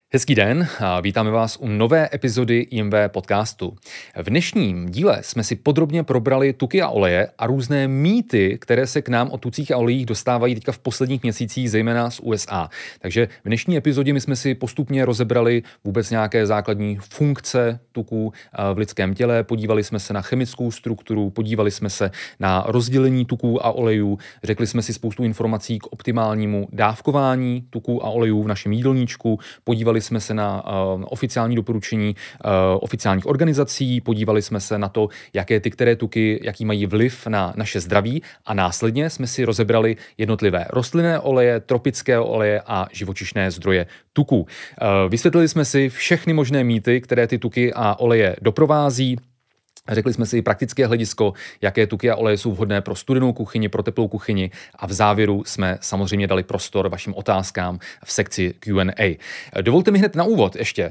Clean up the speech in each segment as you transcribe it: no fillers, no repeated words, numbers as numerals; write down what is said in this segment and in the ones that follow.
Hezký den a vítáme vás u nové epizody IMV podcastu. V dnešním díle jsme si podrobně probrali tuky a oleje a různé mýty, které se k nám o tucích a olejích dostávají teďka v posledních měsících, zejména z USA. Takže v dnešní epizodě my jsme si postupně rozebrali vůbec nějaké základní funkce tuků v lidském těle, podívali jsme se na chemickou strukturu, podívali jsme se na rozdělení tuků a olejů, řekli jsme si spoustu informací k optimálnímu dávkování tuků a olejů v našem jídelníčku, podívali jsme se na oficiální doporučení oficiálních organizací, podívali jsme se na to, jaké ty které tuky, jaký mají vliv na naše zdraví a následně jsme si rozebrali jednotlivé rostlinné oleje, tropické oleje a živočišné zdroje tuků. Vysvětlili jsme si všechny možné mýty, které ty tuky a oleje doprovází. Řekli jsme si praktické hledisko, jaké tuky a oleje jsou vhodné pro studenou kuchyni, pro teplou kuchyni a v závěru jsme samozřejmě dali prostor vašim otázkám v sekci Q&A. Dovolte mi hned na úvod ještě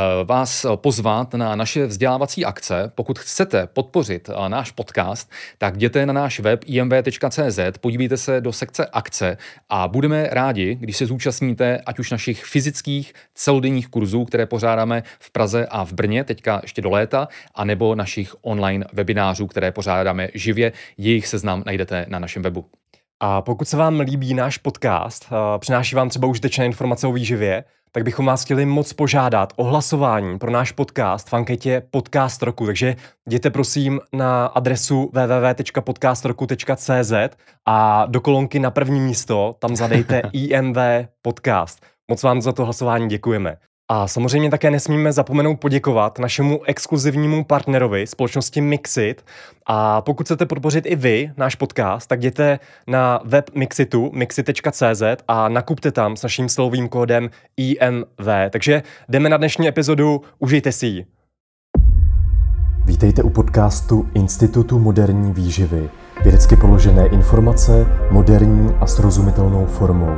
vás pozvat na naše vzdělávací akce. Pokud chcete podpořit náš podcast, tak jděte na náš web imv.cz, podívejte se do sekce akce a budeme rádi, když se zúčastníte ať už našich fyzických celodenních kurzů, které pořádáme v Praze a v Brně, teďka ještě do léta, anebo našich online webinářů, které pořádáme živě. Jejich seznam najdete na našem webu. A pokud se vám líbí náš podcast, přináší vám třeba užitečné informace o výživě, tak bychom vás chtěli moc požádat o hlasování pro náš podcast v anketě Podcast roku. Takže jděte prosím na adresu www.podcastroku.cz a do kolonky na první místo tam zadejte IMV podcast. Moc vám za to hlasování děkujeme. A samozřejmě také nesmíme zapomenout poděkovat našemu exkluzivnímu partnerovi, společnosti Mixit. A pokud chcete podpořit i vy náš podcast, tak jděte na web Mixitu, mixit.cz a nakupte tam s naším slovým kódem IMV. Takže jdeme na dnešní epizodu, užijte si ji. Vítejte u podcastu Institutu moderní výživy. Vědecky položené informace, moderní a srozumitelnou formou.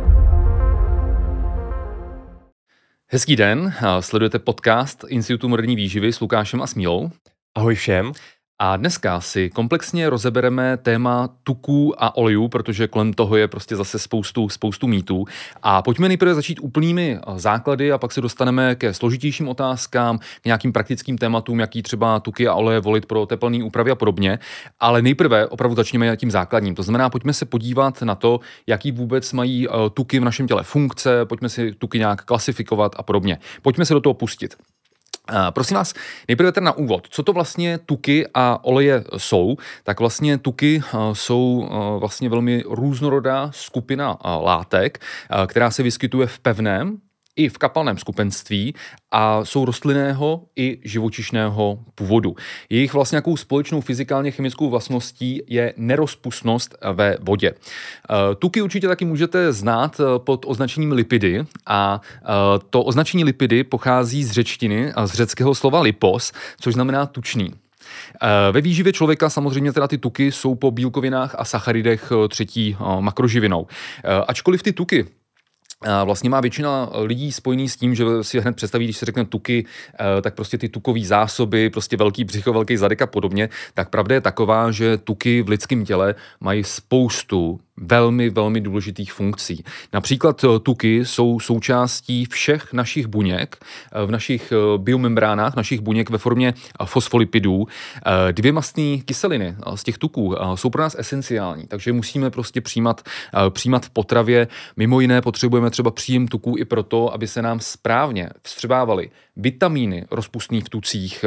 Hezký den, sledujete podcast Institutu moderní výživy s Lukášem a Smílou. Ahoj všem. A dneska si komplexně rozebereme téma tuků a olejů, protože kolem toho je prostě zase spoustu mýtů. A pojďme nejprve začít úplnými základy a pak se dostaneme ke složitějším otázkám, k nějakým praktickým tématům, jaký třeba tuky a oleje volit pro teplné úpravy a podobně. Ale nejprve opravdu začněme tím základním. To znamená, pojďme se podívat na to, jaký vůbec mají tuky v našem těle funkce, pojďme si tuky nějak klasifikovat a podobně. Pojďme se do toho pustit. Prosím vás, nejprve teda na úvod. Co to vlastně tuky a oleje jsou? Tak vlastně tuky jsou vlastně velmi různorodá skupina látek, která se vyskytuje v pevném i v kapalném skupenství a jsou rostlinného i živočišného původu. Jejich vlastně nějakou společnou fyzikálně chemickou vlastností je nerozpustnost ve vodě. Tuky určitě taky můžete znát pod označením lipidy a to označení lipidy pochází z řečtiny, z řeckého slova lipos, což znamená tučný. Ve výživě člověka samozřejmě teda ty tuky jsou po bílkovinách a sacharidech třetí makroživinou. Ačkoliv ty tuky vlastně má většina lidí spojený s tím, že si hned představí, když se řekne tuky, tak prostě ty tukové zásoby, prostě velký břicho, velký zadek a podobně, tak pravda je taková, že tuky v lidském těle mají spoustu velmi důležitých funkcí. Například tuky jsou součástí všech našich buněk, v našich biomembránách, našich buněk ve formě fosfolipidů. Dvě mastné kyseliny z těch tuků jsou pro nás esenciální, takže musíme prostě přijímat v potravě. Mimo jiné potřebujeme třeba příjem tuků i proto, aby se nám správně vstřebávaly vitamíny rozpustný v tucích.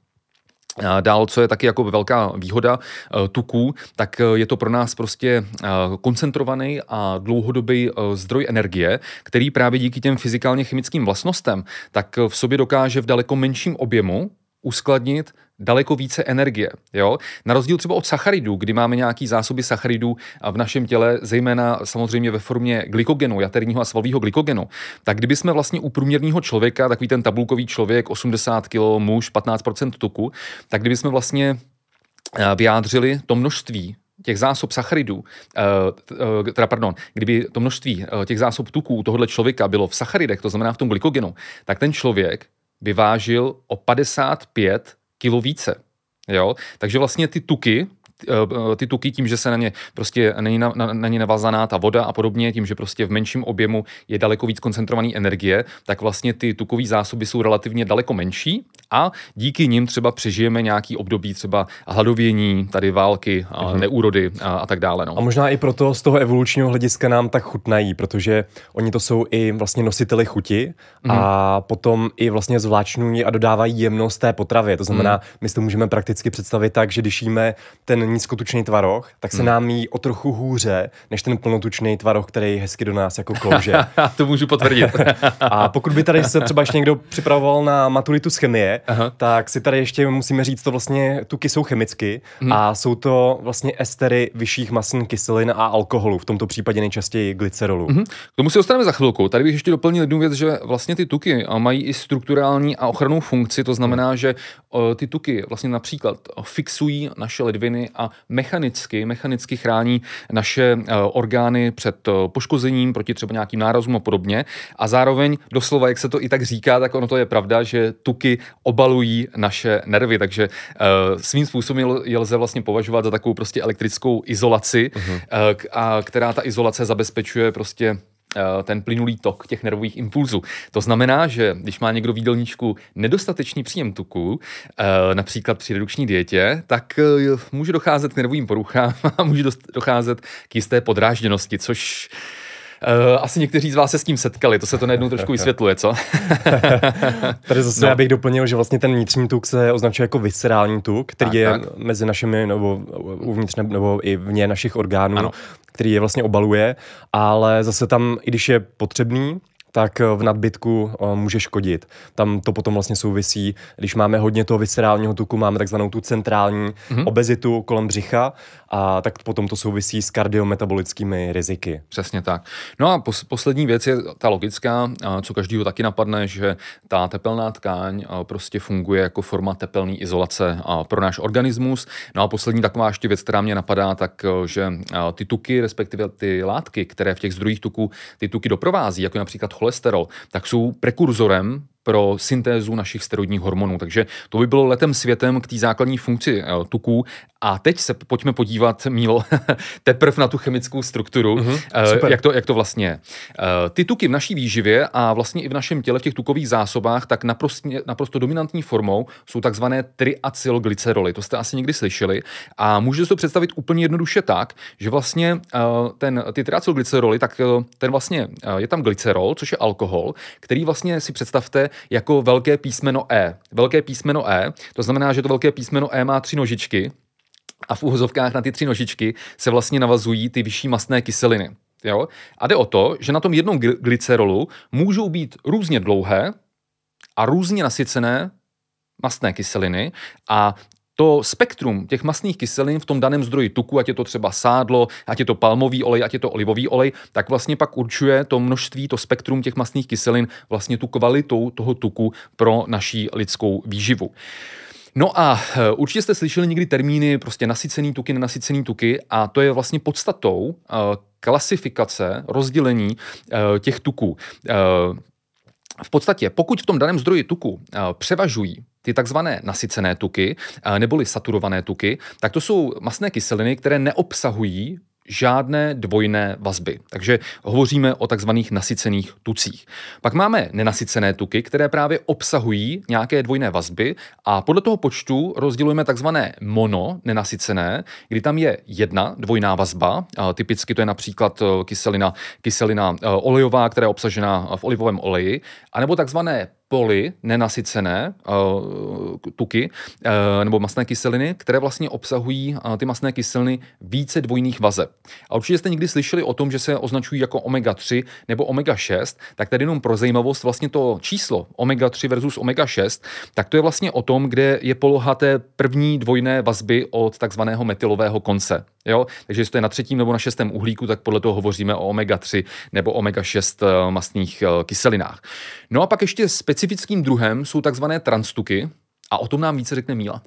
Dál, co je taky jako velká výhoda tuků, tak je to pro nás prostě koncentrovaný a dlouhodobý zdroj energie, který právě díky těm fyzikálně chemickým vlastnostem tak v sobě dokáže v daleko menším objemu uskladnit daleko více energie. Jo? Na rozdíl třeba od sacharidů, kdy máme nějaký zásoby sacharidů v našem těle, zejména samozřejmě ve formě glykogenu, jaterního a svalového glykogenu, tak kdyby jsme vlastně u průměrného člověka, takový ten tabulkový člověk, 80 kg, muž, 15% tuku, tak kdyby jsme vlastně vyjádřili to množství těch zásob sacharidů, kdyby to množství těch zásob tuků u tohohle člověka bylo v sacharidech, to znamená v tom glykogenu, tak ten člověk by vážil o 55 kilo více. Jo? Takže vlastně ty tuky, ty tuky tím, že se na ně prostě není na ně navazaná ta voda a podobně, tím, že prostě v menším objemu je daleko víc koncentrovaný energie, tak vlastně ty tukové zásoby jsou relativně daleko menší a díky nim třeba přežijeme nějaký období třeba hladovění, tady války, neúrody a tak dále. No. A možná i proto z toho evolučního hlediska nám tak chutnají, protože oni to jsou i vlastně nositeli chuti a potom i vlastně zvláčňují a dodávají jemnost té potravě. To znamená, my si to můžeme prakticky představit tak, že když jíme ten nízkotučný tvaroh, tak se nám jí o trochu hůře, než ten plnotučný tvaroh, který hezky do nás jako klouže. To můžu potvrdit. A pokud by tady se třeba ještě někdo připravoval na maturitu z chemie, tak si tady ještě musíme říct, to vlastně tuky jsou chemicky a jsou to vlastně estery vyšších mastných kyselin a alkoholu, v tomto případě nejčastěji glycerolu. K tomu se dostaneme za chvilku. Tady bych ještě doplnil jednu věc, že vlastně ty tuky mají i strukturální a ochrannou funkci, to znamená, že ty tuky vlastně například fixují naše ledviny a mechanicky chrání naše orgány před poškozením, proti třeba nějakým nárazům a podobně. A zároveň doslova, jak se to i tak říká, tak ono to je pravda, že tuky obalují naše nervy, takže svým způsobem je lze vlastně považovat za takovou prostě elektrickou izolaci, která ta izolace zabezpečuje prostě ten plynulý tok těch nervových impulzů. To znamená, že když má někdo v jídelníčku nedostatečný příjem tuku, například při redukční dietě, tak může docházet k nervovým poruchám a může docházet k jisté podrážděnosti, což asi někteří z vás se s tím setkali, to se to najednou trošku vysvětluje, co? Tady zase já bych doplnil, že vlastně ten vnitřní tuk se označuje jako viscerální tuk, který je mezi našimi, nebo uvnitř, nebo i vně našich orgánů, který je vlastně obaluje, ale zase tam, i když je potřebný, tak v nadbytku může škodit. Tam to potom vlastně souvisí, když máme hodně toho viscerálního tuku, máme takzvanou tu centrální obezitu kolem břicha, a tak potom to souvisí s kardiometabolickými riziky. Přesně tak. No a poslední věc je ta logická, co každýho taky napadne, že ta tepelná tkáň prostě funguje jako forma tepelné izolace pro náš organismus. No a poslední taková ještě věc, která mě napadá, tak že ty tuky, respektive ty látky, které v těch zdrojích tuku ty tuky doprovází, jako například cholesterol, tak jsou prekurzorem pro syntézu našich steroidních hormonů. Takže to by bylo letem světem k té základní funkci tuků. A teď se pojďme podívat, Mílo, teprve na tu chemickou strukturu, jak to vlastně je. Ty tuky v naší výživě a vlastně i v našem těle v těch tukových zásobách tak naprosto dominantní formou jsou takzvané triacylglyceroly. To jste asi někdy slyšeli. A můžete si to představit úplně jednoduše tak, že vlastně ty triacylglyceroly, tak ten vlastně je tam glycerol, což je alkohol, který vlastně si představte jako velké písmeno E. Velké písmeno E, to znamená, že to velké písmeno E má 3 nožičky a v uvozovkách na ty 3 nožičky se vlastně navazují ty vyšší mastné kyseliny. Jo? A jde o to, že na tom jednom glycerolu můžou být různě dlouhé a různě nasycené mastné kyseliny a to spektrum těch mastných kyselin v tom daném zdroji tuku, ať je to třeba sádlo, ať je to palmový olej, ať je to olivový olej, tak vlastně pak určuje to množství, to spektrum těch mastných kyselin, vlastně tu kvalitu toho tuku pro naší lidskou výživu. No a určitě jste slyšeli někdy termíny prostě nasycený tuky, nenasycený tuky a to je vlastně podstatou klasifikace, rozdělení těch tuků. V podstatě, pokud v tom daném zdroji tuku převažují ty takzvané nasycené tuky, neboli saturované tuky, tak to jsou mastné kyseliny, které neobsahují žádné dvojné vazby. Takže hovoříme o takzvaných nasycených tucích. Pak máme nenasycené tuky, které právě obsahují nějaké dvojné vazby a podle toho počtu rozdělujeme takzvané nenasycené, kdy tam je jedna dvojná vazba, typicky to je například kyselina olejová, která je obsažená v olivovém oleji, anebo takzvané nenasycené tuky nebo mastné kyseliny, které vlastně obsahují ty mastné kyseliny více dvojných vazeb. A určitě jste někdy slyšeli o tom, že se označují jako omega-3 nebo omega-6, tak tady jenom pro zajímavost vlastně to číslo omega-3 versus omega-6, tak to je vlastně o tom, kde je poloha té první dvojné vazby od takzvaného metylového konce. Jo? Takže jestli to je na 3. nebo na 6. uhlíku, tak podle toho hovoříme o omega-3 nebo omega-6 mastných kyselinách. No a pak ještě specifickým druhem jsou takzvané transtuky, a o tom nám více řekne Míla.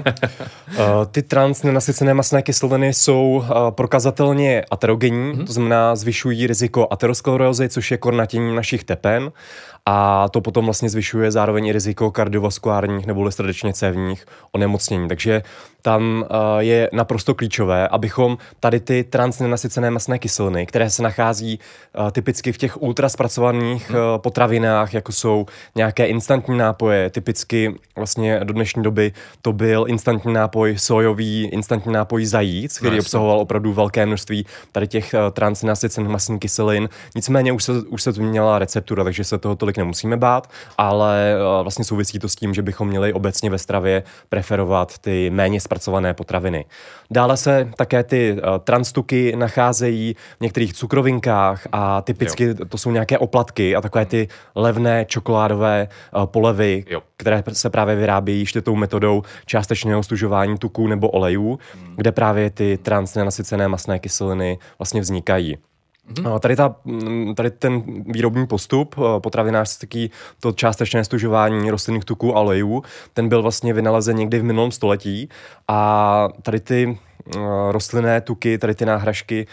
Ty nenasycené mastné kyseliny jsou prokazatelně aterogenní, to znamená zvyšují riziko aterosklerózy, což je kornatění našich tepen. a to potom vlastně zvyšuje zároveň i riziko kardiovaskulárních nebo srdečně cévních onemocnění. Takže tam je naprosto klíčové, abychom tady ty transnenasycené mastné kyseliny, které se nachází typicky v těch ultraspracovaných potravinách, jako jsou nějaké instantní nápoje, typicky vlastně do dnešní doby to byl instantní nápoj sojový, instantní nápoj zajíc, který obsahoval opravdu velké množství tady těch transnenasycených mastných kyselin. Nicméně už se změnila receptura, takže se toho tolik nemusíme bát, ale vlastně souvisí to s tím, že bychom měli obecně ve stravě preferovat ty méně zpracované potraviny. Dále se také ty transtuky nacházejí v některých cukrovinkách a typicky to jsou nějaké oplatky a takové ty levné čokoládové polevy, které se právě vyrábějí tou metodou částečného stužování tuků nebo olejů, kde právě ty transnenasycené mastné kyseliny vlastně vznikají. Tady ten výrobní postup potravinářský, to částečné stužování rostlinných tuků a olejů, ten byl vlastně vynalezen někdy v minulém století a tady ty rostlinné tuky, tady ty náhražky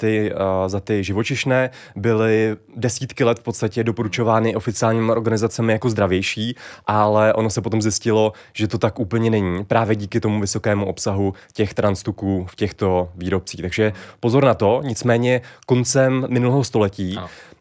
za ty živočišné byly desítky let v podstatě doporučovány oficiálními organizacemi jako zdravější, ale ono se potom zjistilo, že to tak úplně není, právě díky tomu vysokému obsahu těch transtuků v těchto výrobcích. Takže pozor na to, nicméně koncem minulého století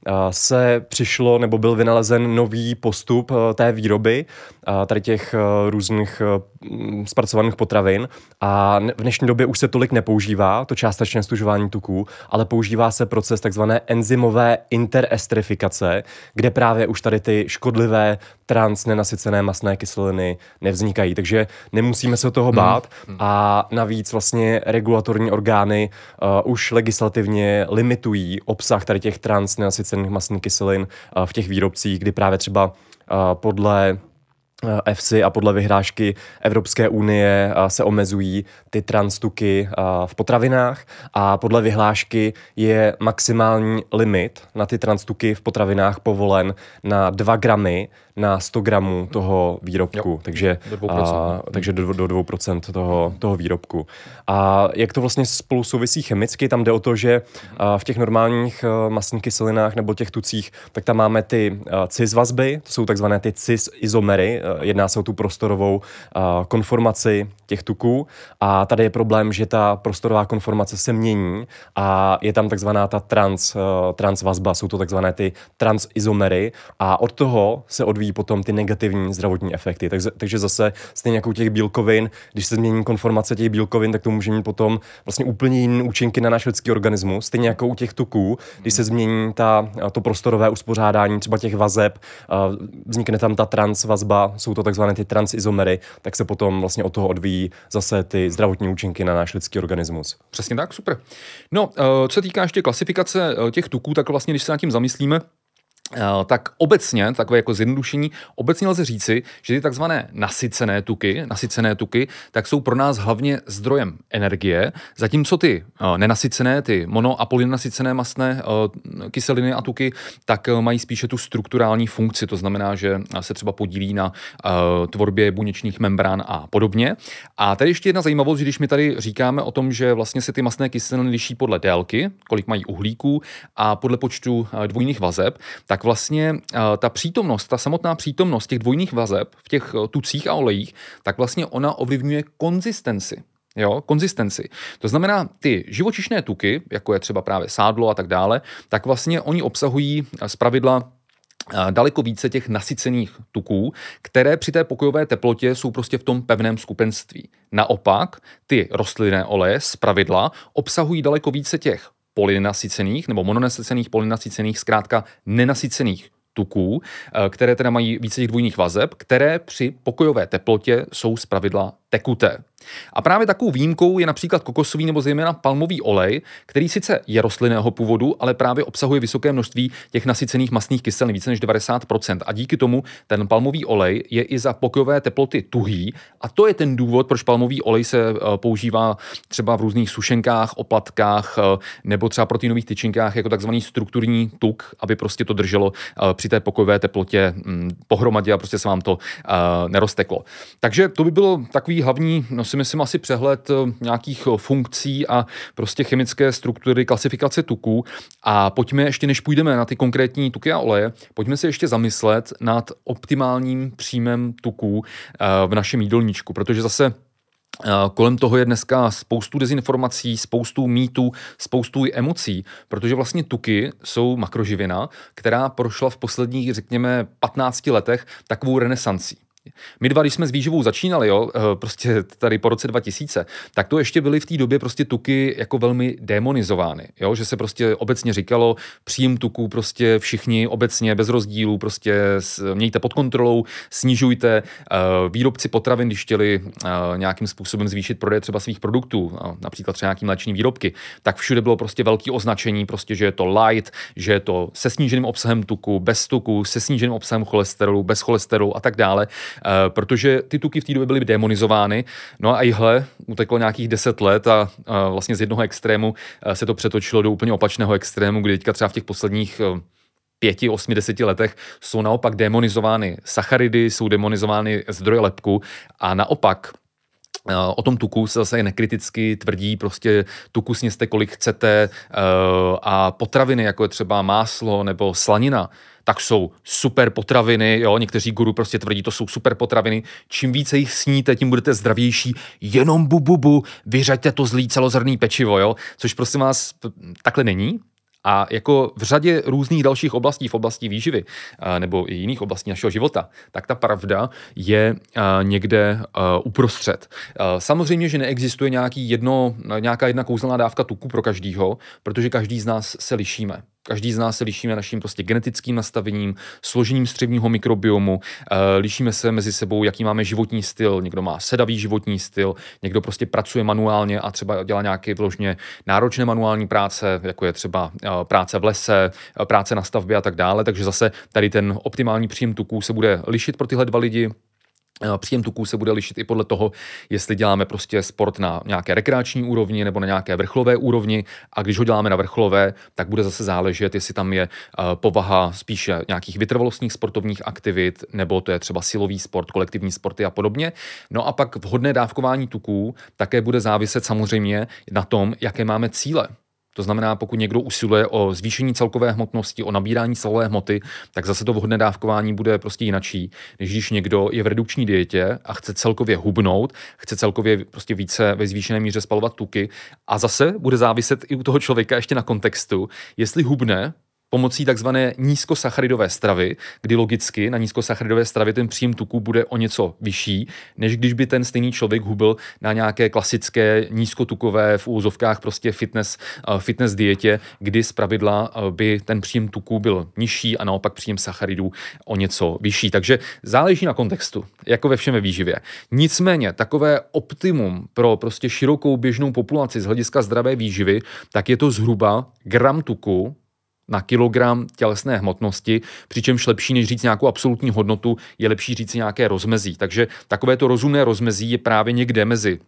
se přišlo, nebo byl vynalezen nový postup té výroby tady těch různých zpracovaných potravin a v dnešní době už se tolik nepoužívá to částečné stužování tuků, ale používá se proces takzvané enzymové interesterifikace, kde právě už tady ty škodlivé transnenasycené mastné kyseliny nevznikají. Takže nemusíme se toho bát a navíc vlastně regulatorní orgány už legislativně limitují obsah tady těch transnenasycených mastných kyselin v těch výrobcích, kdy právě třeba podle EFSI a podle vyhlášky Evropské unie se omezují ty transtuky v potravinách a podle vyhlášky je maximální limit na ty transtuky v potravinách povolen na 2 gramy na 100 gramů toho výrobku, takže do 2% toho výrobku. A jak to vlastně spolu souvisí chemicky, tam jde o to, že v těch normálních mastných kyselinách nebo těch tucích, tak tam máme ty cis vazby, to jsou takzvané ty cis izomery, jedná se o tu prostorovou konformaci těch tuků a tady je problém, že ta prostorová konformace se mění a je tam takzvaná ta trans vazba, jsou to takzvané ty transizomery a od toho se odvíjí potom ty negativní zdravotní efekty. Takže zase stejně jako u těch bílkovin, když se změní konformace těch bílkovin, tak to může mít potom vlastně úplně jiné účinky na náš lidský organismus. Stejně jako u těch tuků, když se změní to prostorové uspořádání třeba těch vazeb, vznikne tam ta transvazba, jsou to takzvané ty transizomery, tak se potom vlastně od toho odvíjí zase ty zdravotní účinky na náš lidský organismus. Přesně tak, super. No, co se týká ještě klasifikace těch tuků, tak vlastně, když se nad tím zamyslíme, tak obecně, takové jako zjednodušení, obecně lze říci, že ty takzvané nasycené tuky, tak jsou pro nás hlavně zdrojem energie, zatímco ty nenasycené, ty mono- a polynasycené mastné kyseliny a tuky, tak mají spíše tu strukturální funkci, to znamená, že se třeba podílí na tvorbě buněčných membrán a podobně. A tady ještě jedna zajímavost, že když my tady říkáme o tom, že vlastně se ty mastné kyseliny liší podle délky, kolik mají uhlíků a podle počtu dvojných vazeb, tak vlastně ta samotná přítomnost těch dvojných vazeb v těch tucích a olejích, tak vlastně ona ovlivňuje konzistenci. To znamená, ty živočišné tuky, jako je třeba právě sádlo a tak dále, tak vlastně oni obsahují zpravidla daleko více těch nasycených tuků, které při té pokojové teplotě jsou prostě v tom pevném skupenství. Naopak, ty rostlinné oleje zpravidla obsahují daleko více těch polynasycených nebo mononasycených, polynasycených, zkrátka nenasycených tuků, které teda mají více těch dvojných vazeb, které při pokojové teplotě jsou zpravidla tekuté. A právě takovou výjimkou je například kokosový nebo zejména palmový olej, který sice je rostlinného původu, ale právě obsahuje vysoké množství těch nasycených mastných kyselin, více než 90%. A díky tomu ten palmový olej je i za pokojové teploty tuhý. A to je ten důvod, proč palmový olej se používá třeba v různých sušenkách, oplatkách nebo třeba proteinových tyčinkách jako takzvaný strukturní tuk, aby prostě to drželo při té pokojové teplotě pohromadě a prostě se vám to nerozteklo. Takže to by bylo takový takový hlavní, no si myslím asi přehled nějakých funkcí a prostě chemické struktury klasifikace tuků. A pojďme ještě, než půjdeme na ty konkrétní tuky a oleje, pojďme se ještě zamyslet nad optimálním příjmem tuků v našem jídelníčku, protože zase kolem toho je dneska spoustu dezinformací, spoustu mýtů, spoustu emocí, protože vlastně tuky jsou makroživina, která prošla v posledních, řekněme, 15 letech takovou renesancí. My dva, když jsme s výživou začínali, jo, prostě tady po roce 2000, tak to ještě byly v té době prostě tuky jako velmi demonizovány, jo, že se prostě obecně říkalo, příjem tuků prostě všichni obecně bez rozdílů prostě mějte pod kontrolou, snižujte, výrobci potravin, když chtěli nějakým způsobem zvýšit prodej třeba svých produktů, například třeba nějaký mléčný výrobky, tak všude bylo prostě velké označení, prostě, že je to light, že je to se sníženým obsahem tuku, bez tuku, se sníženým obsahem cholesterolu, bez cholesterolu a tak dále. Protože ty tuky v té době byly demonizovány. No a ihle, uteklo nějakých 10 let a vlastně z jednoho extrému se to přetočilo do úplně opačného extrému, kdy teďka třeba v těch posledních 5, 8, 10 letech jsou naopak demonizovány sacharidy, jsou demonizovány zdroje lepku a naopak o tom tuku se zase nekriticky tvrdí, prostě tuku sněste kolik chcete a potraviny, jako je třeba máslo nebo slanina, tak jsou super potraviny, jo, někteří guru prostě tvrdí, to jsou super potraviny, čím více jich sníte, tím budete zdravější, jenom bububu, vyřaďte to zlý celozrnný pečivo, jo, což prosím vás takhle není. A jako v řadě různých dalších oblastí, v oblasti výživy nebo i jiných oblastí našeho života, tak ta pravda je někde uprostřed. Samozřejmě, že neexistuje nějaká jedna kouzelná dávka tuku pro každýho, protože každý z nás se lišíme. Každý z nás se lišíme naším prostě genetickým nastavením, složením střevního mikrobiomu, lišíme se mezi sebou, jaký máme životní styl. Někdo má sedavý životní styl, někdo prostě pracuje manuálně a třeba dělá nějaké vyloženě náročné manuální práce, jako je třeba práce v lese, práce na stavbě a tak dále. Takže zase tady ten optimální příjem tuků se bude lišit pro tyhle dva lidi. Příjem tuků se bude lišit i podle toho, jestli děláme prostě sport na nějaké rekreační úrovni nebo na nějaké vrcholové úrovni, a když ho děláme na vrcholové, tak bude zase záležet, jestli tam je povaha spíše nějakých vytrvalostních sportovních aktivit, nebo to je třeba silový sport, kolektivní sporty a podobně. No a pak vhodné dávkování tuků také bude záviset samozřejmě na tom, jaké máme cíle. To znamená, pokud někdo usiluje o zvýšení celkové hmotnosti, o nabírání svalové hmoty, tak zase to vhodné dávkování bude prostě jinačí, než když někdo je v redukční dietě a chce celkově hubnout, chce celkově prostě více ve zvýšené míře spalovat tuky. A zase bude záviset i u toho člověka ještě na kontextu, jestli hubne pomocí takzvané nízkosacharidové stravy, kdy logicky na nízkosacharidové stravě ten příjem tuků bude o něco vyšší, než když by ten stejný člověk hubl na nějaké klasické nízkotukové v úvozovkách prostě fitness dietě, kdy zpravidla by ten příjem tuků byl nižší a naopak příjem sacharidů o něco vyšší. Takže záleží na kontextu, jako ve všem ve výživě. Nicméně takové optimum pro prostě širokou běžnou populaci z hlediska zdravé výživy, tak je to zhruba gram tuku na kilogram tělesné hmotnosti, přičemž lepší než říct nějakou absolutní hodnotu, je lepší říct nějaké rozmezí. Takže takovéto rozumné rozmezí je právě někde mezi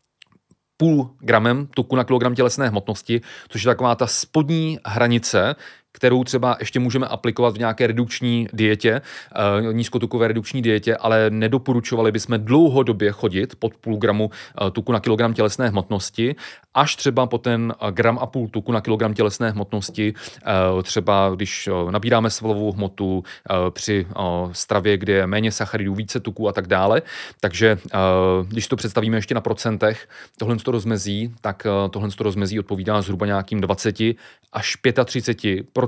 0,5 gramem tuku na kilogram tělesné hmotnosti, což je taková ta spodní hranice, kterou třeba ještě můžeme aplikovat v nějaké redukční dietě, nízkotukové redukční dietě, ale nedoporučovali bychom dlouhodobě chodit pod 0,5 gramu tuku na kilogram tělesné hmotnosti, až třeba po ten 1,5 gramu tuku na kilogram tělesné hmotnosti, třeba když nabíráme svalovou hmotu při stravě, kde je méně sacharidů, více tuků a tak dále. Takže když to představíme ještě na procentech, tohle rozmezí, tak tohle rozmezí odpovídá zhruba nějakým 20 až 35%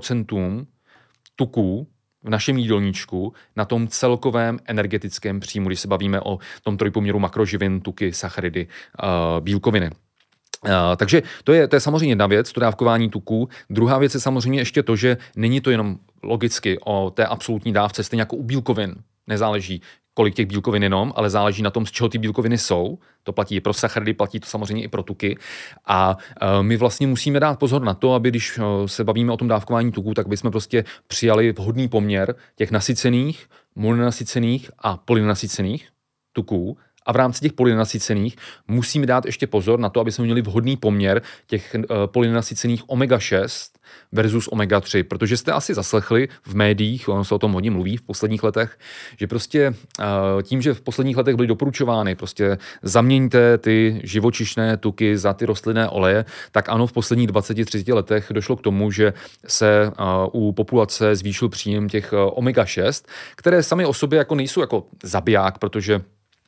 tuků v našem jídelníčku na tom celkovém energetickém příjmu, když se bavíme o tom trojpoměru makroživin, tuky, sacharidy, bílkoviny. Takže to je samozřejmě jedna věc, to dávkování tuků. Druhá věc je samozřejmě ještě to, že není to jenom logicky o té absolutní dávce, stejně jako u bílkovin. Nezáleží, kolik těch bílkovin jenom, ale záleží na tom, z čeho ty bílkoviny jsou. To platí i pro sacharidy, platí to samozřejmě i pro tuky. A my vlastně musíme dát pozor na to, aby když se bavíme o tom dávkování tuků, tak bychom prostě přijali vhodný poměr těch nasycených, mononasycených a polynasycených tuků A v rámci těch polynenasycených musíme dát ještě pozor na to, aby jsme měli vhodný poměr těch polynenasycených omega-6 versus omega-3, protože jste asi zaslechli v médiích, ono se o tom hodně mluví v posledních letech, že prostě tím, že v posledních letech byly doporučovány, prostě zaměňte ty živočišné tuky za ty rostlinné oleje, tak ano, v posledních 20-30 letech došlo k tomu, že se u populace zvýšil příjem těch omega-6, které sami o sobě jako nejsou jako zabiják, protože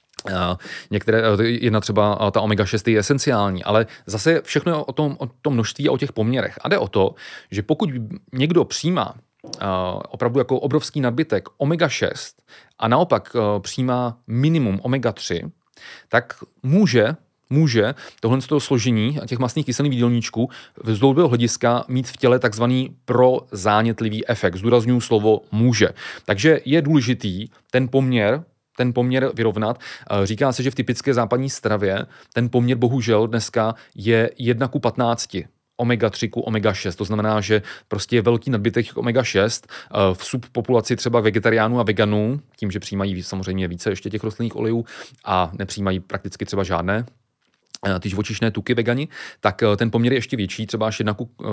jedna třeba ta omega-6 je esenciální, ale zase všechno je o tom množství a o těch poměrech. A jde o to, že pokud někdo přijímá opravdu jako obrovský nadbytek omega-6 a naopak přijímá minimum omega-3, tak může tohle z toho složení a těch mastných kyselin v jídelníčku z dlouhodobého hlediska mít v těle takzvaný prozánětlivý efekt. Zdůrazňuji slovo může. Takže je důležitý ten poměr vyrovnat. Říká se, že v typické západní stravě ten poměr bohužel dneska je 1:15. Omega-3 ku omega-6. To znamená, že prostě je velký nadbytek omega-6 v subpopulaci třeba vegetariánů a veganů, tím, že přijímají samozřejmě více ještě těch rostlinných olejů a nepřijímají prakticky třeba žádné ty živočišné tuky vegani, tak ten poměr je ještě větší, třeba až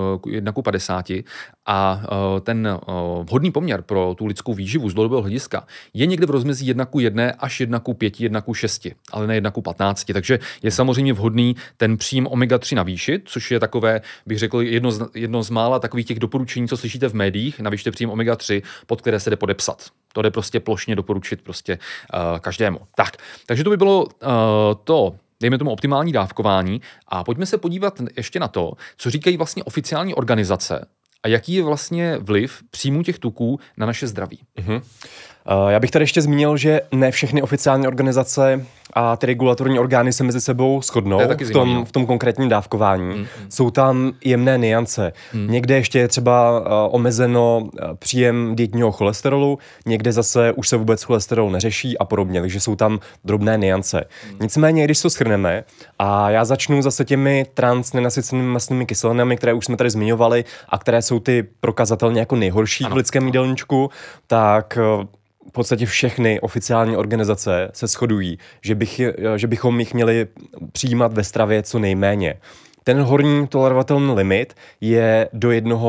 1:50 a ten vhodný poměr pro tu lidskou výživu z dlouhodobého hlediska je někde v rozmezí 1:1 až 1:5, 1:6, ale ne 1:15. Takže je samozřejmě vhodný ten příjem omega-3 navýšit, což je takové, bych řekl, jedno z mála takových těch doporučení, co slyšíte v médiích, navýšte příjem omega-3, pod které se jde podepsat. To jde prostě plošně doporučit prostě každému. Takže to by bylo to, dejme tomu optimální dávkování a pojďme se podívat ještě na to, co říkají vlastně oficiální organizace a jaký je vlastně vliv příjmu těch tuků na naše zdraví. Já bych tady ještě zmínil, že ne všechny oficiální organizace a ty regulatorní orgány se mezi sebou shodnou v tom konkrétním dávkování. Jsou tam jemné nuance. Někde ještě je třeba omezeno příjem dietního cholesterolu, někde zase už se vůbec cholesterol neřeší a podobně, takže jsou tam drobné nuance. Nicméně, když to shrneme, a já začnu zase těmi transnenasycenými mastnými kyselinami, které už jsme tady zmiňovali a které jsou ty prokazatelně jako nejhorší v lidském jídelníčku, tak v podstatě všechny oficiální organizace se shodují, že bychom jich měli přijímat ve stravě co nejméně. Ten horní tolerovatelný limit je do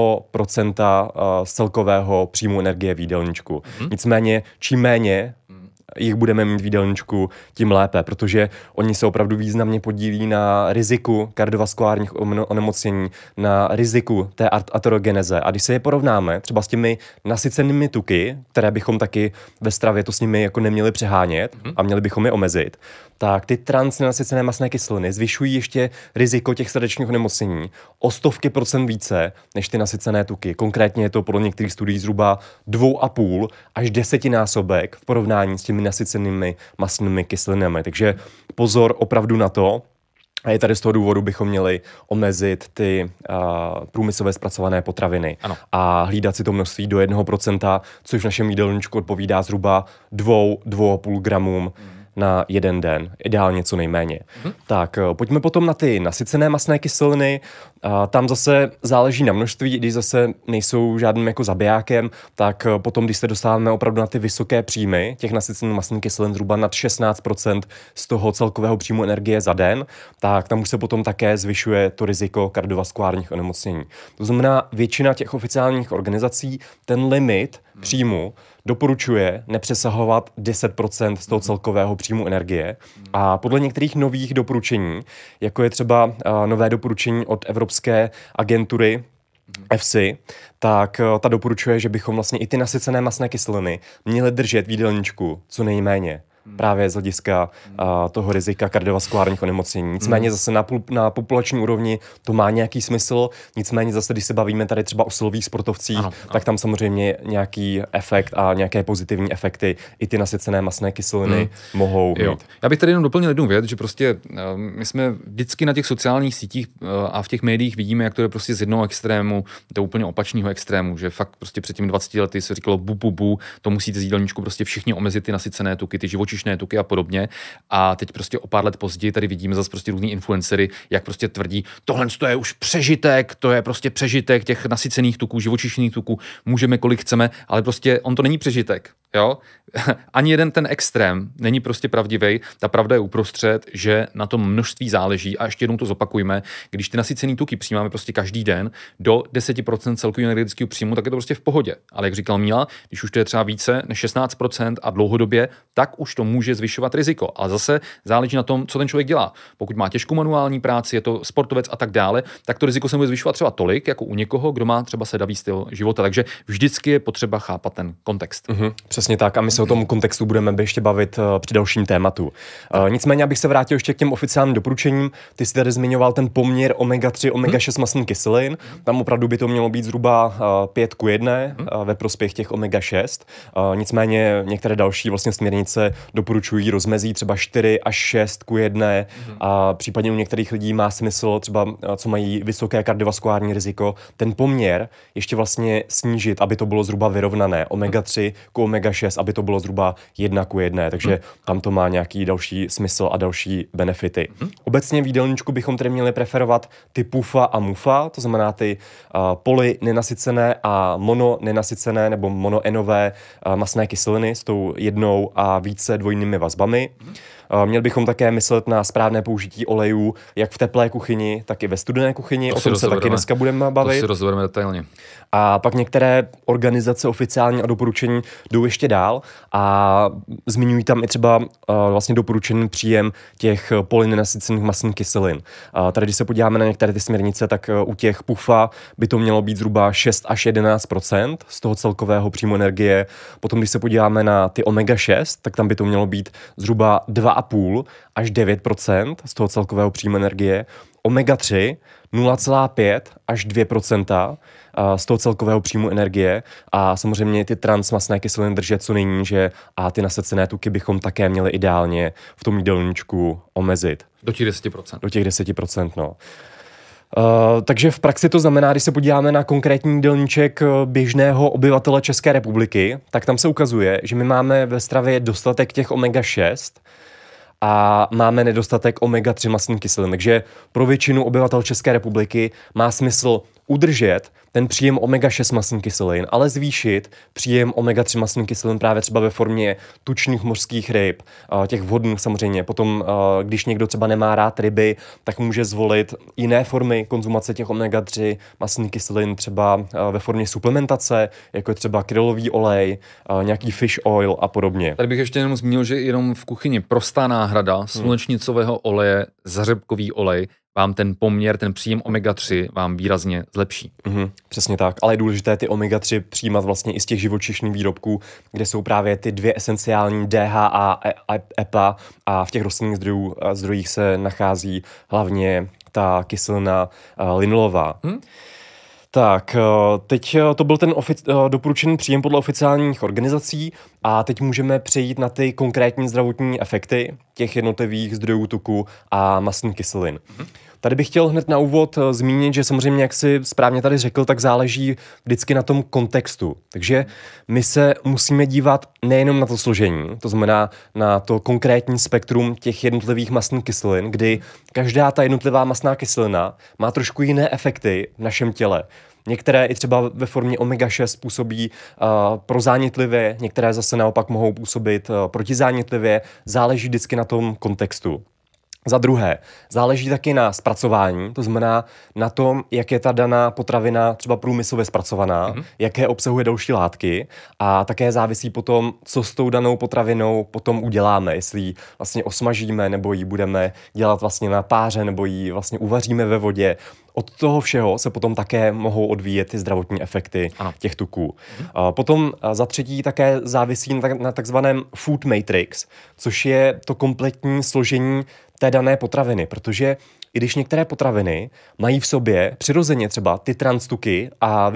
1% z celkového příjmu energie v jídelníčku. Nicméně, čím méně jich budeme mít v jídelníčku, tím lépe, protože oni se opravdu významně podílí na riziku kardiovaskulárních onemocnění, na riziku té aterogeneze. A když se je porovnáme třeba s těmi nasycenými tuky, které bychom taky ve stravě to s nimi jako neměli přehánět a měli bychom je omezit, tak ty transnenasycené mastné kyseliny zvyšují ještě riziko těch srdečních onemocnění o 100% více než ty nasycené tuky. Konkrétně je to podle některých studií zhruba 2,5 až 10násobek v porovnání s těmi nasycenými mastnými kyselinami. Takže pozor opravdu na to. A je tady z toho důvodu bychom měli omezit ty průmyslově zpracované potraviny a hlídat si to množství do 1%, což v našem jídelníčku odpovídá zhruba 2,5 gramům na jeden den, ideálně co nejméně. Tak pojďme potom na ty nasycené mastné kyseliny. Tam zase záleží na množství, když zase nejsou žádným jako zabijákem, tak potom, když se dostáváme opravdu na ty vysoké příjmy těch nasycených mastných kyselin, zhruba nad 16% z toho celkového příjmu energie za den, tak tam už se potom také zvyšuje to riziko kardiovaskulárních onemocnění. To znamená, většina těch oficiálních organizací ten limit příjmu doporučuje nepřesahovat 10% z toho celkového příjmu energie. A podle některých nových doporučení, jako je třeba nové doporučení od Evropské agentury EFSI, tak ta doporučuje, že bychom vlastně i ty nasycené mastné kyseliny měli držet v jídelníčku co nejméně. Právě z hlediska toho rizika kardiovaskulárních onemocnění. Nicméně zase na populační úrovni to má nějaký smysl, nicméně zase, když se bavíme tady třeba o silových sportovcích, tak tam samozřejmě nějaký efekt a nějaké pozitivní efekty i ty nasycené mastné kyseliny mohou mít. Já bych tady jenom doplnil jednu věc, že prostě my jsme vždycky na těch sociálních sítích a v těch médiích vidíme, jak to je prostě z jednoho extrému do úplně opačného extrému, že fakt prostě před těmi 20 lety se říkalo bu, to musíte z jídelníčku prostě všichni omezit ty nasycené tuky, ty živočišné tuky a podobně. A teď prostě o pár let později tady vidíme zase prostě různý influencery, jak prostě tvrdí, tohle je už přežitek, to je prostě přežitek těch nasycených tuků, živočišných tuků, můžeme kolik chceme, ale prostě on to není přežitek. Jo? Ani jeden ten extrém není prostě pravdivý. Ta pravda je uprostřed, že na tom množství záleží. A ještě jednou to zopakujme, když ty nasycený tuky přijímáme prostě každý den do 10% celkového energetického příjmu, tak je to prostě v pohodě. Ale jak říkal Míla, když už to je třeba více než 16% a dlouhodobě, tak už to může zvyšovat riziko. Ale zase záleží na tom, co ten člověk dělá. Pokud má těžkou manuální práci, je to sportovec a tak dále, tak to riziko se může zvyšovat třeba tolik, jako u někoho, kdo má třeba sedavý styl života. Takže vždycky je potřeba chápat ten kontext. Přesně tak, a my se o tom kontextu budeme ještě bavit při dalším tématu. Nicméně, abych se vrátil ještě k těm oficiálním doporučením, ty jsi tady zmiňoval ten poměr omega-3, omega-6 mastných kyselin, tam opravdu by to mělo být zhruba 5:1 ve prospěch těch omega-6. Nicméně některé další vlastně směrnice doporučují rozmezí třeba 4 až 6:1 a případně u některých lidí má smysl třeba, co mají vysoké kardiovaskulární riziko, ten poměr ještě vlastně snížit, aby to bylo zhruba vyrovnané. Omega-3 k omega-6, aby to bylo zhruba 1:1, takže tam to má nějaký další smysl a další benefity. Obecně v jídelníčku bychom tedy měli preferovat ty PUFA a MUFA, to znamená ty polynenasycené a mononenasycené nebo monoenové mastné kyseliny s tou jednou a více dvojnými vazbami. Měli bychom také myslet na správné použití olejů, jak v teplé kuchyni, tak i ve studené kuchyni. O tom se taky dneska budeme bavit. To si rozbereme detailně. A pak některé organizace oficiální a doporučení jdou ještě dál a zmiňují tam i třeba vlastně doporučený příjem těch polynenasycených mastných kyselin. Tady, když se podíváme na některé ty směrnice, tak u těch PUFA by to mělo být zhruba 6 až 11% z toho celkového příjmu energie. Potom, když se podíváme na ty omega-6, tak tam by to mělo být zhruba 2,5 až 9% z toho celkového příjmu energie. Omega-3 0,5 až 2% z toho celkového příjmu energie a samozřejmě ty transmastné kyseliny držet co nejníže a ty nasacené tuky bychom také měli ideálně v tom jídelníčku omezit. Do těch 10%. Do těch 10%, no. Takže v praxi to znamená, když se podíváme na konkrétní jídelníček běžného obyvatele České republiky, tak tam se ukazuje, že my máme ve stravě dostatek těch omega-6 a máme nedostatek omega-3 mastných kyselin. Takže pro většinu obyvatel České republiky má smysl udržet ten příjem omega-6 mastných kyselin, ale zvýšit příjem omega-3 mastných kyselin právě třeba ve formě tučných mořských ryb, těch vodních samozřejmě. Potom, když někdo třeba nemá rád ryby, tak může zvolit jiné formy konzumace těch omega-3 mastných kyselin, třeba ve formě suplementace, jako je třeba krylový olej, nějaký fish oil a podobně. Tady bych ještě jenom zmínil, že jenom v kuchyni prostá náhrada slunečnicového oleje, zařepkový olej, vám ten poměr, ten příjem omega-3 vám výrazně zlepší. Přesně tak, ale je důležité ty omega-3 přijímat vlastně i z těch živočišných výrobků, kde jsou právě ty dvě esenciální DHA a EPA a v těch rostlinných zdrojích se nachází hlavně ta kyselina linolová. Tak, teď to byl ten doporučený příjem podle oficiálních organizací a teď můžeme přejít na ty konkrétní zdravotní efekty těch jednotlivých zdrojů tuku a mastných kyselin. Tady bych chtěl hned na úvod zmínit, že samozřejmě, jak si správně tady řekl, tak záleží vždycky na tom kontextu. Takže my se musíme dívat nejenom na to složení, to znamená na to konkrétní spektrum těch jednotlivých mastných kyselin, kdy každá ta jednotlivá mastná kyselina má trošku jiné efekty v našem těle. Některé i třeba ve formě omega-6 působí prozánětlivě, některé zase naopak mohou působit protizánětlivě, záleží vždycky na tom kontextu. Za druhé, záleží taky na zpracování, to znamená na tom, jak je ta daná potravina třeba průmyslově zpracovaná, jaké obsahuje další látky a také závisí potom, co s tou danou potravinou potom uděláme, jestli ji vlastně osmažíme nebo ji budeme dělat vlastně na páře nebo ji vlastně uvaříme ve vodě. Od toho všeho se potom také mohou odvíjet ty zdravotní efekty těch tuků. Potom za třetí také závisí na takzvaném food matrix, což je to kompletní složení té dané potraviny, protože i když některé potraviny mají v sobě přirozeně třeba ty transtuky a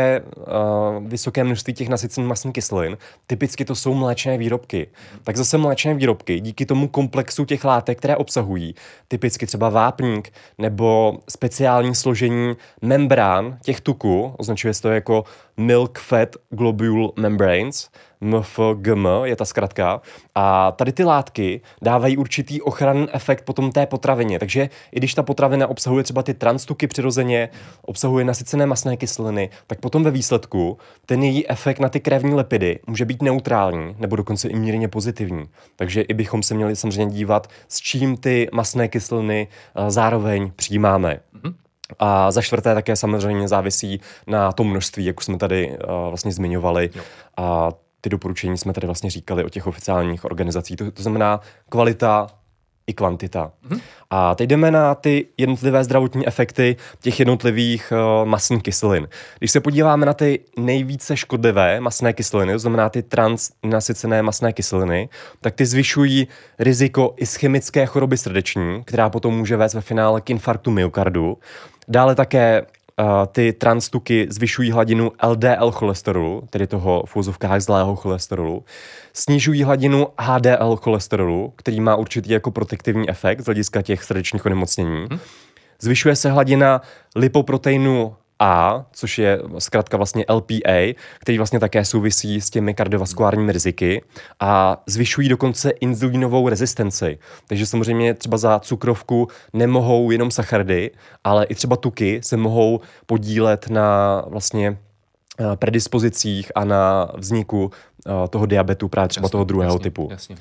vysoké množství těch nasycených mastných kyselin, typicky to jsou mléčné výrobky. Tak zase mléčné výrobky díky tomu komplexu těch látek, které obsahují, typicky třeba vápník nebo speciální složení membrán těch tuků, označuje se to jako Milk Fat Globule Membranes, MFGM je ta zkratka. A tady ty látky dávají určitý ochranný efekt potom té potravině. Takže i když ta potravina obsahuje třeba ty transtuky přirozeně, obsahuje nasycené mastné kyseliny, tak potom ve výsledku ten její efekt na ty krevní lipidy může být neutrální nebo dokonce i mírně pozitivní. Takže i bychom se měli samozřejmě dívat, s čím ty mastné kyseliny zároveň přijímáme. A za čtvrté také samozřejmě závisí na tom množství, jak už jsme tady vlastně zmiňovali. A ty doporučení jsme tady vlastně říkali o těch oficiálních organizacích. To znamená kvalita i kvantita. A teď jdeme na ty jednotlivé zdravotní efekty těch jednotlivých mastných kyselin. Když se podíváme na ty nejvíce škodlivé mastné kyseliny, to znamená ty transnasycené mastné kyseliny, tak ty zvyšují riziko ischemické choroby srdeční, která potom může vést ve finále k infarktu myokardu. Dále také ty transtuky zvyšují hladinu LDL cholesterolu, tedy toho v úvozovkách zlého cholesterolu, snižují hladinu HDL cholesterolu, který má určitý jako protektivní efekt z hlediska těch srdečních onemocnění. Zvyšuje se hladina lipoproteinu A, což je zkrátka vlastně LPA, který vlastně také souvisí s těmi kardiovaskulárními riziky a zvyšují dokonce inzulínovou rezistenci. Takže samozřejmě třeba za cukrovku nemohou jenom sacharidy, ale i třeba tuky se mohou podílet na vlastně predispozicích a na vzniku toho diabetu právě třeba toho druhého typu. Jasně.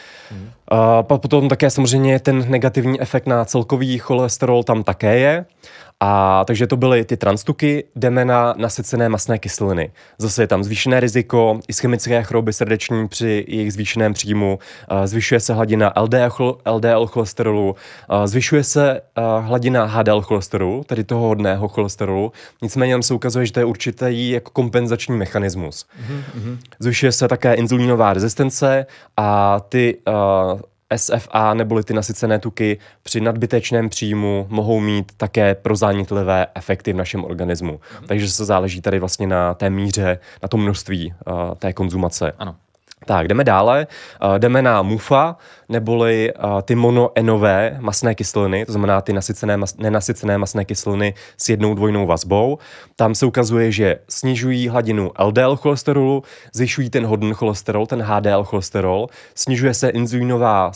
Potom také samozřejmě ten negativní efekt na celkový cholesterol tam také je. A takže to byly ty transtuky, jdeme na nasycené mastné kyseliny. Zase je tam zvýšené riziko ischemické choroby srdeční při jejich zvýšeném příjmu, zvyšuje se hladina LDL cholesterolu, zvyšuje se hladina HDL cholesterolu, tedy toho hodného cholesterolu. Nicméně nám se ukazuje, že to je určitý jako kompenzační mechanismus. Zvyšuje se také inzulínová rezistence a ty SFA neboli ty nasycené tuky při nadbytečném příjmu mohou mít také prozánětlivé efekty v našem organismu. Takže se záleží tady vlastně na té míře, na tom množství té konzumace. Ano. Tak, jdeme dále. Jdeme na MUFA, neboli ty monoenové mastné kyseliny, to znamená ty nenasycené mastné kyseliny s jednou dvojnou vazbou. Tam se ukazuje, že snižují hladinu LDL cholesterolu, zvyšují ten hodný cholesterol, ten HDL cholesterol, snižuje se inzulínová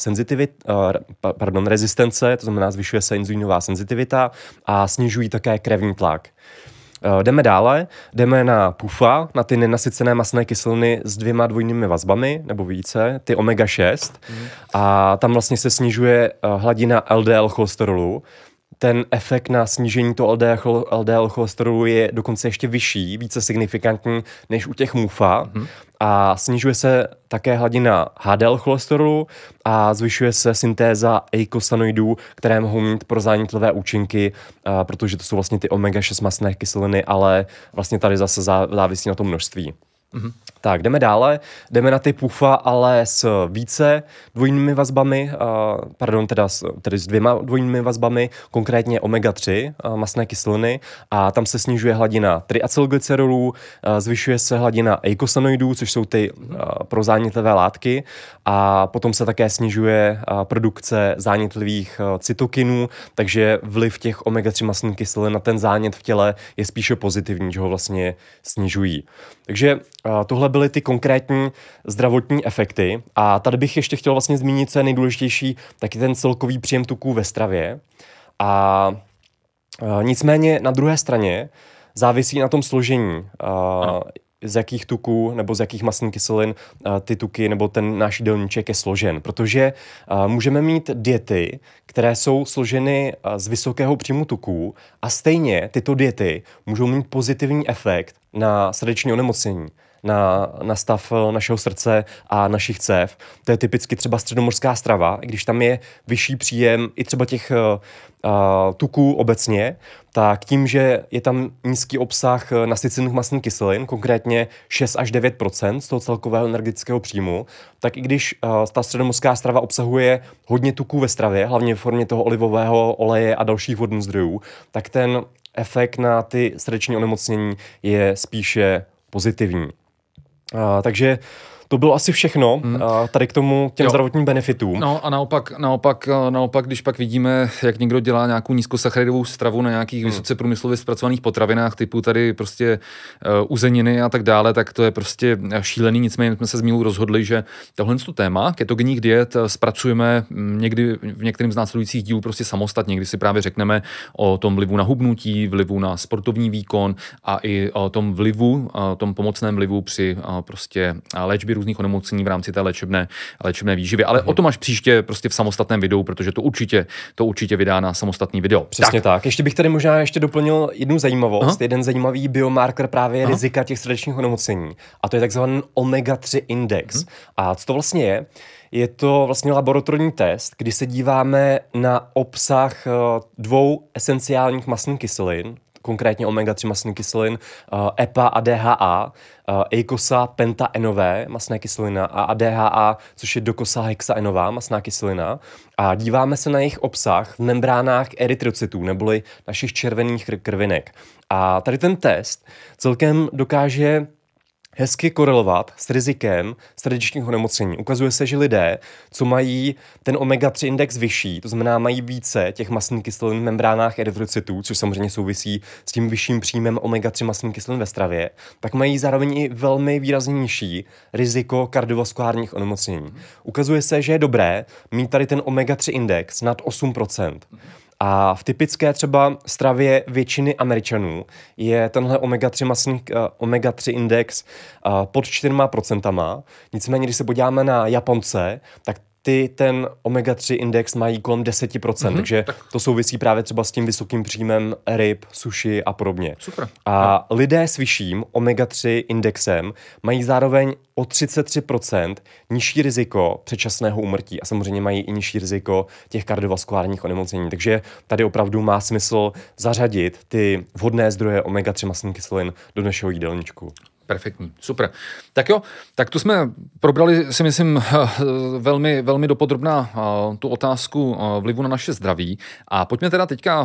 rezistence, to znamená zvyšuje se inzulínová senzitivita a snižují také krevní tlak. Jdeme dále, jdeme na PUFA, na ty nenasycené mastné kyseliny s dvěma dvojnými vazbami, nebo více, ty omega-6. A tam vlastně se snižuje hladina LDL cholesterolu. Ten efekt na snížení toho LDL cholesterolu je dokonce ještě vyšší, více signifikantní než u těch MUFA. A snižuje se také hladina HDL cholesterolu a zvyšuje se syntéza eikosanoidů, které mohou mít prozánětlivé účinky, protože to jsou vlastně ty omega-6 mastné kyseliny, ale vlastně tady zase závisí na tom množství. Tak, jdeme dále. Jdeme na ty PUFA, ale s více dvojnými vazbami, tedy s dvěma dvojnými vazbami, konkrétně omega-3 mastné kyseliny a tam se snižuje hladina triacylglycerolů, zvyšuje se hladina eikosanoidů, což jsou ty prozánětlivé látky a potom se také snižuje produkce zánětlivých cytokinů, takže vliv těch omega-3 mastných kyselin na ten zánět v těle je spíše pozitivní, že ho vlastně snižují. Takže tohle byly ty konkrétní zdravotní efekty a tady bych ještě chtěl vlastně zmínit, co je nejdůležitější, taky ten celkový příjem tuků ve stravě. A nicméně na druhé straně závisí na tom složení, z jakých tuků nebo z jakých mastných kyselin ty tuky nebo ten náš jídelníček je složen. Protože můžeme mít diety, které jsou složeny z vysokého příjmu tuků a stejně tyto diety můžou mít pozitivní efekt na srdeční onemocnění, na stav našeho srdce a našich cév. To je typicky třeba středomořská strava, i když tam je vyšší příjem i třeba těch tuků obecně, tak tím, že je tam nízký obsah nasycených mastných kyselin, konkrétně 6 až 9% z toho celkového energetického příjmu, tak i když ta středomořská strava obsahuje hodně tuků ve stravě, hlavně v formě toho olivového oleje a dalších vodních zdrojů, tak ten efekt na ty srdeční onemocnění je spíše pozitivní. Takže to bylo asi všechno tady k těm zdravotním benefitům. No a naopak, když pak vidíme, jak někdo dělá nějakou nízkosacharidovou stravu na nějakých vysoce průmyslově zpracovaných potravinách, typu tady prostě uzeniny a tak dále, tak to je prostě šílený. Nicméně jsme se s Mílou rozhodli, že tohle téma ketogenních diet zpracujeme někdy v některým z následujících dílů prostě samostatně, kdy si právě řekneme o tom vlivu na hubnutí, vlivu na sportovní výkon a i o tom vlivu, tom pomocném vlivu při prostě léčbě různých onemocnění v rámci té léčebné výživy. Ale o tom až příště prostě v samostatném videu, protože to určitě vydá na samostatný video. Přesně tak. Ještě bych tady možná doplnil jednu zajímavost, jeden zajímavý biomarker právě rizika těch srdečních onemocnění. A to je takzvaný omega-3 index. A co to vlastně je? Je to vlastně laboratorní test, kdy se díváme na obsah 2 esenciálních mastných kyselin, konkrétně omega-3 mastných kyselin, EPA a DHA, eicosa pentaenové mastná kyselina a DHA, což je dokosa hexaenová mastná kyselina. A díváme se na jejich obsah v membránách erytrocytů, neboli našich červených krvinek. A tady ten test celkem dokáže hezky korelovat s rizikem srdečních onemocnění. Ukazuje se, že lidé, co mají ten omega-3 index vyšší, to znamená mají více těch mastných kyselin v membránách erytrocytů, což samozřejmě souvisí s tím vyšším příjmem omega-3 mastných kyselin ve stravě, tak mají zároveň i velmi výrazně nižší riziko kardiovaskulárních onemocnění. Ukazuje se, že je dobré mít tady ten omega-3 index nad 8%. A v typické třeba stravě většiny Američanů je tenhle omega-3 index pod 4%. Nicméně, když se podíváme na Japonce, tak ten omega-3 index mají kolem 10%, takže to souvisí právě třeba s tím vysokým příjmem ryb, sushi a podobně. Super. A lidé s vyšším omega-3 indexem mají zároveň o 33% nižší riziko předčasného úmrtí a samozřejmě mají i nižší riziko těch kardiovaskulárních onemocnění. Takže tady opravdu má smysl zařadit ty vhodné zdroje omega-3 mastných kyselin do našeho jídelníčku. Perfektní, super. Tak jo, tak to jsme probrali, si myslím, velmi, velmi dopodrobná tu otázku vlivu na naše zdraví. A pojďme teda teďka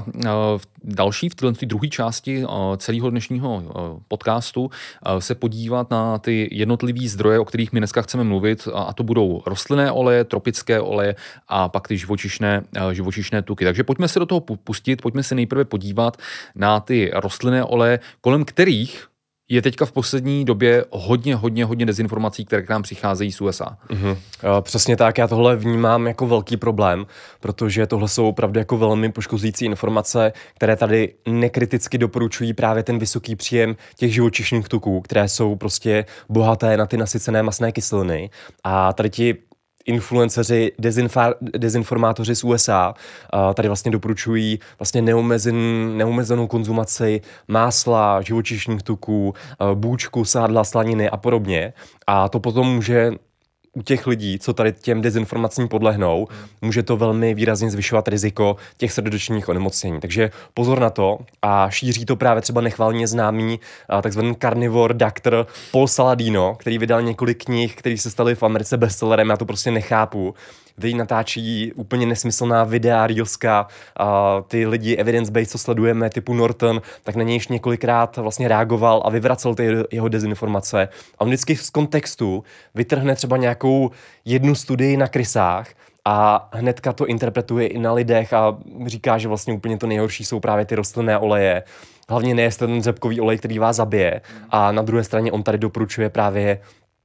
v této druhé části celého dnešního podcastu se podívat na ty jednotlivé zdroje, o kterých my dneska chceme mluvit, a to budou rostlinné oleje, tropické oleje a pak ty živočišné tuky. Takže pojďme se do toho pustit, pojďme se nejprve podívat na ty rostlinné oleje, kolem kterých je teďka v poslední době hodně dezinformací, které k nám přicházejí z USA. Přesně tak, já tohle vnímám jako velký problém, protože tohle jsou opravdu jako velmi poškozující informace, které tady nekriticky doporučují právě ten vysoký příjem těch živočišných tuků, které jsou prostě bohaté na ty nasycené mastné kyseliny. A tady ti influenceři, dezinformátoři z USA tady vlastně doporučují vlastně neomezenou konzumaci másla, živočišných tuků, bůčku, sádla, slaniny a podobně. A to potom může u těch lidí, co tady těm dezinformacím podlehnou, může to velmi výrazně zvyšovat riziko těch srdečních onemocnění. Takže pozor na to a šíří to právě třeba nechvalně známý takzvaný carnivore doctor Paul Saladino, který vydal několik knih, které se staly v Americe bestsellerem, já to prostě nechápu. Teď natáčí úplně nesmyslná videa, reelska, ty lidi evidence-based, co sledujeme, typu Norton, tak na něj již několikrát vlastně reagoval a vyvracel ty jeho dezinformace. A on vždycky z kontextu vytrhne třeba nějakou jednu studii na krysách a hnedka to interpretuje i na lidech a říká, že vlastně úplně to nejhorší jsou právě ty rostlinné oleje. Hlavně nejeste ten řepkový olej, který vás zabije. A na druhé straně on tady doporučuje právě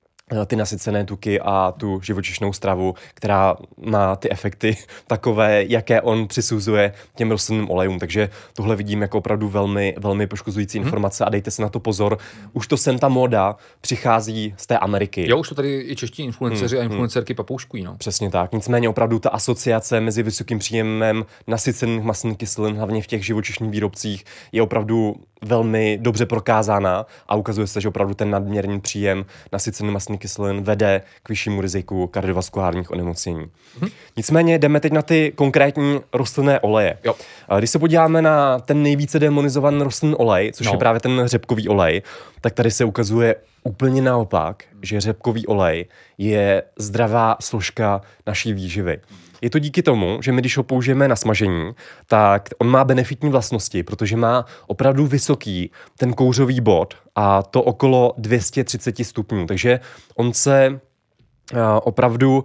ty nasycené tuky a tu živočišnou stravu, která má ty efekty takové, jaké on přisuzuje těm rostlinným olejům. Takže tohle vidím jako opravdu velmi, velmi poškozující informace a dejte si na to pozor. Už to sem ta móda přichází z té Ameriky. Jo, už to tady i čeští influenceři a influencerky papouškují. No. Přesně tak. Nicméně opravdu ta asociace mezi vysokým příjemem nasycených mastných kyselin, hlavně v těch živočišných výrobcích, je opravdu velmi dobře prokázána a ukazuje se, že opravdu ten nadměrný příjem nasycených mastných kyselin vede k vyššímu riziku kardiovaskulárních onemocnění. Nicméně jdeme teď na ty konkrétní rostlinné oleje. Jo. Když se podíváme na ten nejvíce demonizovaný rostlinný olej, což je právě ten řepkový olej, tak tady se ukazuje úplně naopak, že řepkový olej je zdravá složka naší výživy. Je to díky tomu, že my, když ho použijeme na smažení, tak on má benefitní vlastnosti, protože má opravdu vysoký ten kouřový bod a to okolo 230 stupňů. Takže on se opravdu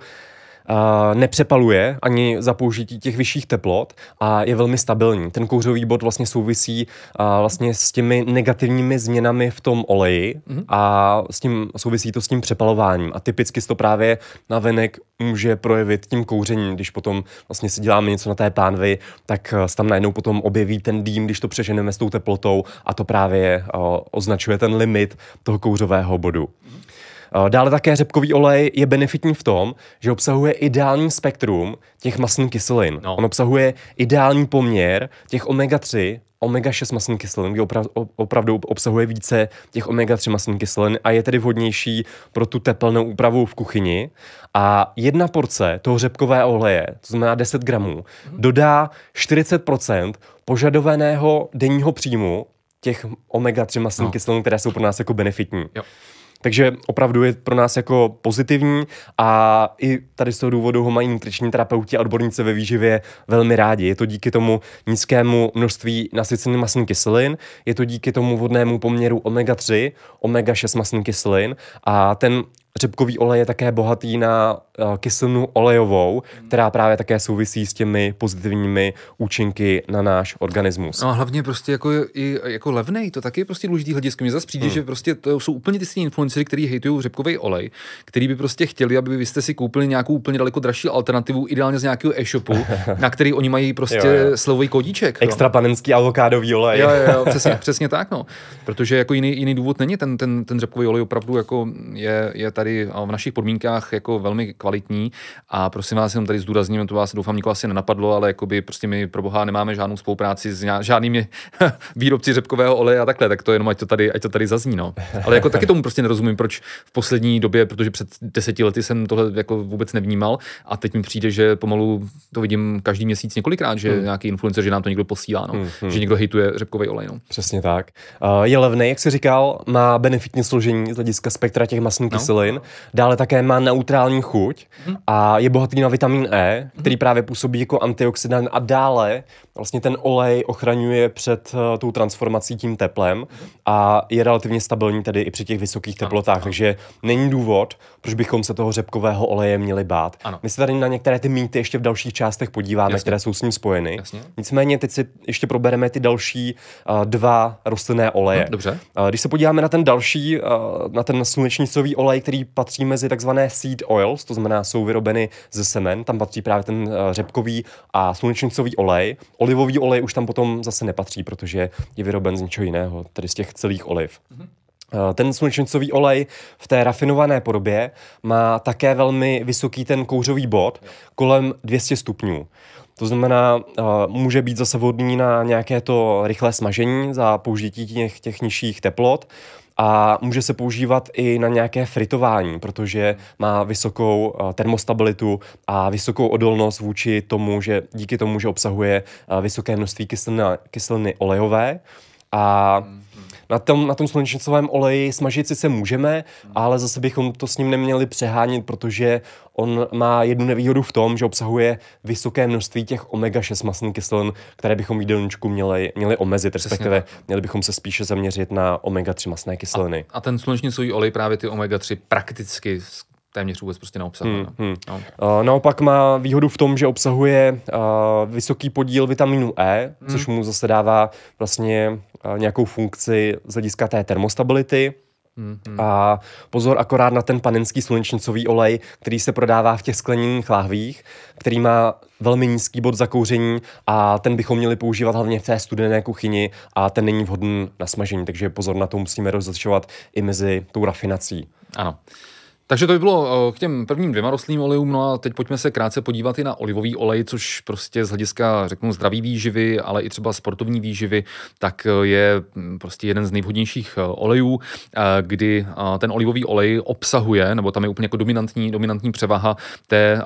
nepřepaluje ani za použití těch vyšších teplot a je velmi stabilní. Ten kouřový bod vlastně souvisí vlastně s těmi negativními změnami v tom oleji a souvisí to s tím přepalováním. A typicky se to právě navenek může projevit tím kouřením, když potom vlastně si děláme něco na té pánvi, tak se tam najednou potom objeví ten dým, když to přeženeme s tou teplotou a to právě označuje ten limit toho kouřového bodu. Dále také řepkový olej je benefitní v tom, že obsahuje ideální spektrum těch mastných kyselin. On obsahuje ideální poměr těch omega-3, omega-6 mastných kyselin, kdy opravdu obsahuje více těch omega-3 mastných kyselin a je tedy vhodnější pro tu tepelnou úpravu v kuchyni. A 1 porce toho řepkového oleje, to znamená 10 gramů, dodá 40% požadovaného denního příjmu těch omega-3 mastných kyselin, které jsou pro nás jako benefitní. Jo. Takže opravdu je pro nás jako pozitivní a i tady z toho důvodu ho mají nutriční terapeuti a odborníci ve výživě velmi rádi. Je to díky tomu nízkému množství nasycených mastných kyselin, je to díky tomu vhodnému poměru omega-3, omega-6 mastných kyselin a ten řepkový olej je také bohatý na kyselinu olejovou, která právě také souvisí s těmi pozitivními účinky na náš organismus. No a hlavně prostě jako levnej, to taky je prostě důležitý hledisko. Mně zase přijde, že prostě to jsou úplně ty stejní influenceři, kteří hejtují řepkový olej, který by prostě chtěli, aby vy jste si koupili nějakou úplně daleko dražší alternativu, ideálně z nějakého e-shopu, na který oni mají prostě slevový kódíček. Extra panenský avokádový olej. Jo, přesně tak, no. Protože jako jiný důvod není, ten řepkový olej opravdu jako je tady v našich podmínkách jako velmi kvalitní a prosím vás, jenom tady zdůrazním, to vás doufám nikoho asi nenapadlo, ale jakoby prostě my pro boha nemáme žádnou spolupráci s žádnými výrobci řepkového oleje a takhle, tak to jenom ať to tady zazní, no. Ale jako taky tomu prostě nerozumím, proč v poslední době, protože před 10 lety jsem tohle jako vůbec nevnímal a teď mi přijde, že pomalu to vidím každý měsíc několikrát, že nějaký influencer, že nám to někdo posílá, no. Že někdo hejtuje řepkový olej, no. Přesně tak. Je levný, jak jsi říkal, má benefitní složení z hlediska spektra těch mastných kyselin. Dále také má neutrální chuť a je bohatý na vitamin E, který právě působí jako antioxidant a dále vlastně ten olej ochraňuje před tou transformací tím teplem a je relativně stabilní tedy i při těch vysokých teplotách, takže není důvod, proč bychom se toho řepkového oleje měli bát. Ano. My se tady na některé ty mýty ještě v dalších částech podíváme, které jsou s ním spojeny. Jasně. Nicméně teď si ještě probereme ty další 2 rostlinné oleje. Dobře. Když se podíváme na ten další, na ten slunečnicový olej, který patří mezi takzvané seed oils, to znamená, jsou vyrobeny ze semen, tam patří právě ten řepkový a slunečnicový olej. Olivový olej už tam potom zase nepatří, protože je vyroben z něčeho jiného, tedy z těch celých oliv. Ten slunečnicový olej v té rafinované podobě má také velmi vysoký ten kouřový bod, kolem 200 stupňů. To znamená, může být zase vhodný na nějaké to rychlé smažení za použití těch nižších teplot a může se používat i na nějaké fritování, protože má vysokou termostabilitu a vysokou odolnost vůči tomu, že díky tomu, že obsahuje vysoké množství kyseliny olejové. A na tom slunečnicovém oleji smažit se můžeme, ale zase bychom to s ním neměli přehánět, protože on má jednu nevýhodu v tom, že obsahuje vysoké množství těch omega-6 mastných kyselin, které bychom v jídelníčku měli omezit, respektive měli bychom se spíše zaměřit na omega-3 mastné kyseliny. A ten slunečnicový olej právě ty omega-3 prakticky téměř vůbec prostě neobsahuje. No. Naopak má výhodu v tom, že obsahuje vysoký podíl vitamínu E, což mu zase dává vlastně nějakou funkci z hlediska té termostability. A pozor akorát na ten panenský slunečnicový olej, který se prodává v těch skleněných láhvích, který má velmi nízký bod zakouření a ten bychom měli používat hlavně v té studené kuchyni a ten není vhodný na smažení, takže pozor na to musíme rozlišovat i mezi tou rafinací. Ano. Takže to by bylo k těm prvním 2 rostlinným olejům, no a teď pojďme se krátce podívat i na olivový olej, což prostě z hlediska, řeknu, zdraví výživy, ale i třeba sportovní výživy, tak je prostě jeden z nejvhodnějších olejů, kdy ten olivový olej obsahuje, nebo tam je úplně jako dominantní převaha té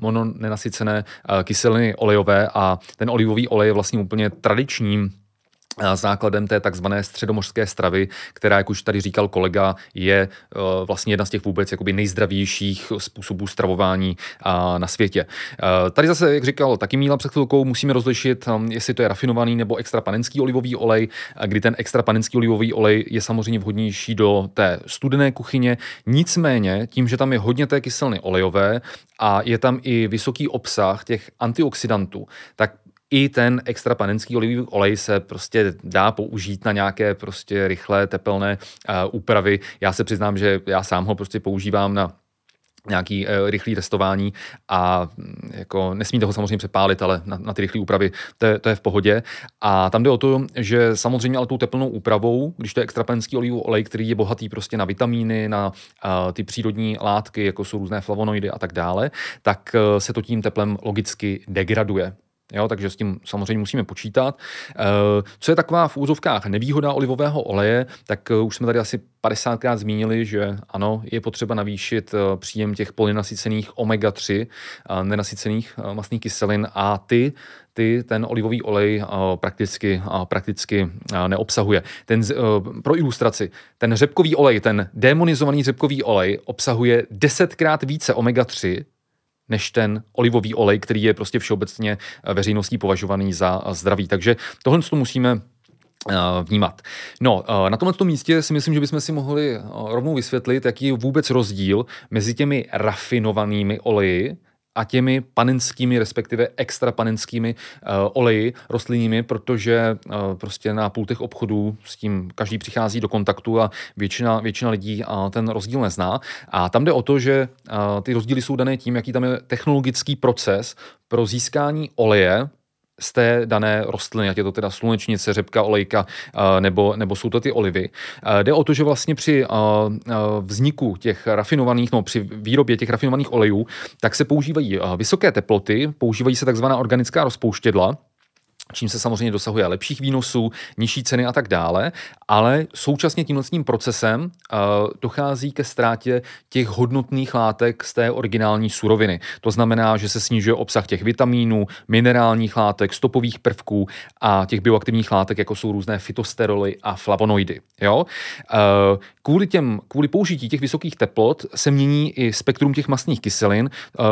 mononenasycené kyseliny olejové a ten olivový olej je vlastně úplně tradičním základem té takzvané středomořské stravy, která, jak už tady říkal kolega, je vlastně jedna z těch vůbec jakoby nejzdravějších způsobů stravování na světě. Tady zase, jak říkal taky Míla před chvilkou, musíme rozlišit, jestli to je rafinovaný nebo extrapanenský olivový olej, kdy ten extrapanenský olivový olej je samozřejmě vhodnější do té studené kuchyně. Nicméně, tím, že tam je hodně té kyseliny olejové a je tam i vysoký obsah těch antioxidantů, tak i ten extrapanenský olivový olej se prostě dá použít na nějaké prostě rychlé tepelné úpravy. Já se přiznám, že já sám ho prostě používám na nějaký rychlý testování a jako nesmíte ho samozřejmě přepálit, ale na ty rychlé úpravy to je v pohodě. A tam jde o to, že samozřejmě ale tou teplnou úpravou, když to je extrapanenský olivový olej, který je bohatý prostě na vitamíny, na ty přírodní látky, jako jsou různé flavonoidy a tak dále, tak se to tím teplem logicky degraduje. Jo, takže s tím samozřejmě musíme počítat. Co je taková v úzovkách nevýhoda olivového oleje, tak už jsme tady asi 50krát zmínili, že ano, je potřeba navýšit příjem těch polynasycených omega-3, nenasycených mastných kyselin a ten olivový olej prakticky neobsahuje. Pro ilustraci, ten řepkový olej, ten démonizovaný řepkový olej obsahuje 10krát více omega-3 než ten olivový olej, který je prostě všeobecně veřejností považovaný za zdravý. Takže tohle to musíme vnímat. No, na tomto místě si myslím, že bychom si mohli rovnou vysvětlit, jaký je vůbec rozdíl mezi těmi rafinovanými oleji a těmi panenskými, respektive extrapanenskými oleji rostlinnými, protože prostě na pultech obchodů s tím každý přichází do kontaktu a většina lidí ten rozdíl nezná. A tam jde o to, že ty rozdíly jsou dané tím, jaký tam je technologický proces pro získání oleje z té dané rostliny, ať je to teda slunečnice, řepka, olejka, nebo jsou to ty olivy. Jde o to, že vlastně při vzniku těch rafinovaných, při výrobě těch rafinovaných olejů, tak se používají vysoké teploty, používají se takzvaná organická rozpouštědla, čím se samozřejmě dosahuje lepších výnosů, nižší ceny a tak dále, ale současně tímhle procesem dochází ke ztrátě těch hodnotných látek z té originální suroviny. To znamená, že se snižuje obsah těch vitamínů, minerálních látek, stopových prvků a těch bioaktivních látek, jako jsou různé fytosteroly a flavonoidy. Jo? Kvůli použití těch vysokých teplot se mění i spektrum těch mastných kyselin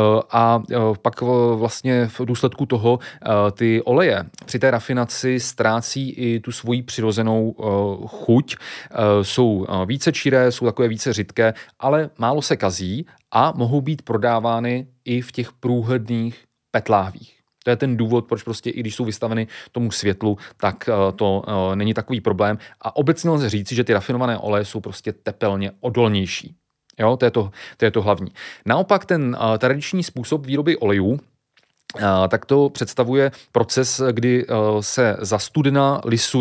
a pak vlastně v důsledku toho ty oleje při té rafinaci ztrácí i tu svoji přirozenou chuť. Jsou více čiré, jsou takové více řidké, ale málo se kazí a mohou být prodávány i v těch průhledných petláhvích. To je ten důvod, proč prostě i když jsou vystaveny tomu světlu, tak to není takový problém. A obecně lze říci, že ty rafinované oleje jsou prostě tepelně odolnější. Jo, to je to hlavní. Naopak ten tradiční způsob výroby olejů, tak to představuje proces, kdy se za studena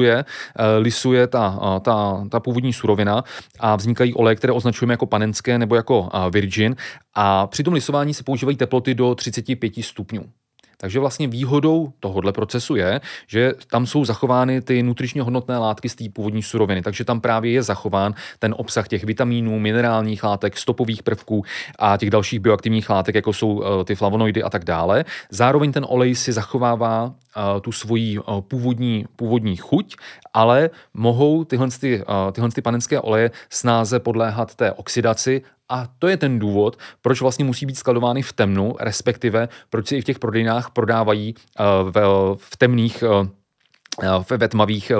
lisuje ta původní surovina a vznikají oleje, které označujeme jako panenské nebo jako virgin a při tom lisování se používají teploty do 35 stupňů. Takže vlastně výhodou tohohle procesu je, že tam jsou zachovány ty nutričně hodnotné látky z té původní suroviny, takže tam právě je zachován ten obsah těch vitamínů, minerálních látek, stopových prvků a těch dalších bioaktivních látek, jako jsou ty flavonoidy a tak dále. Zároveň ten olej si zachovává tu svoji původní chuť, ale mohou tyhle panenské oleje snáze podléhat té oxidaci. A to je ten důvod, proč vlastně musí být skladovány v temnu, respektive proč si i v těch prodejnách prodávají v temných, ve tmavých,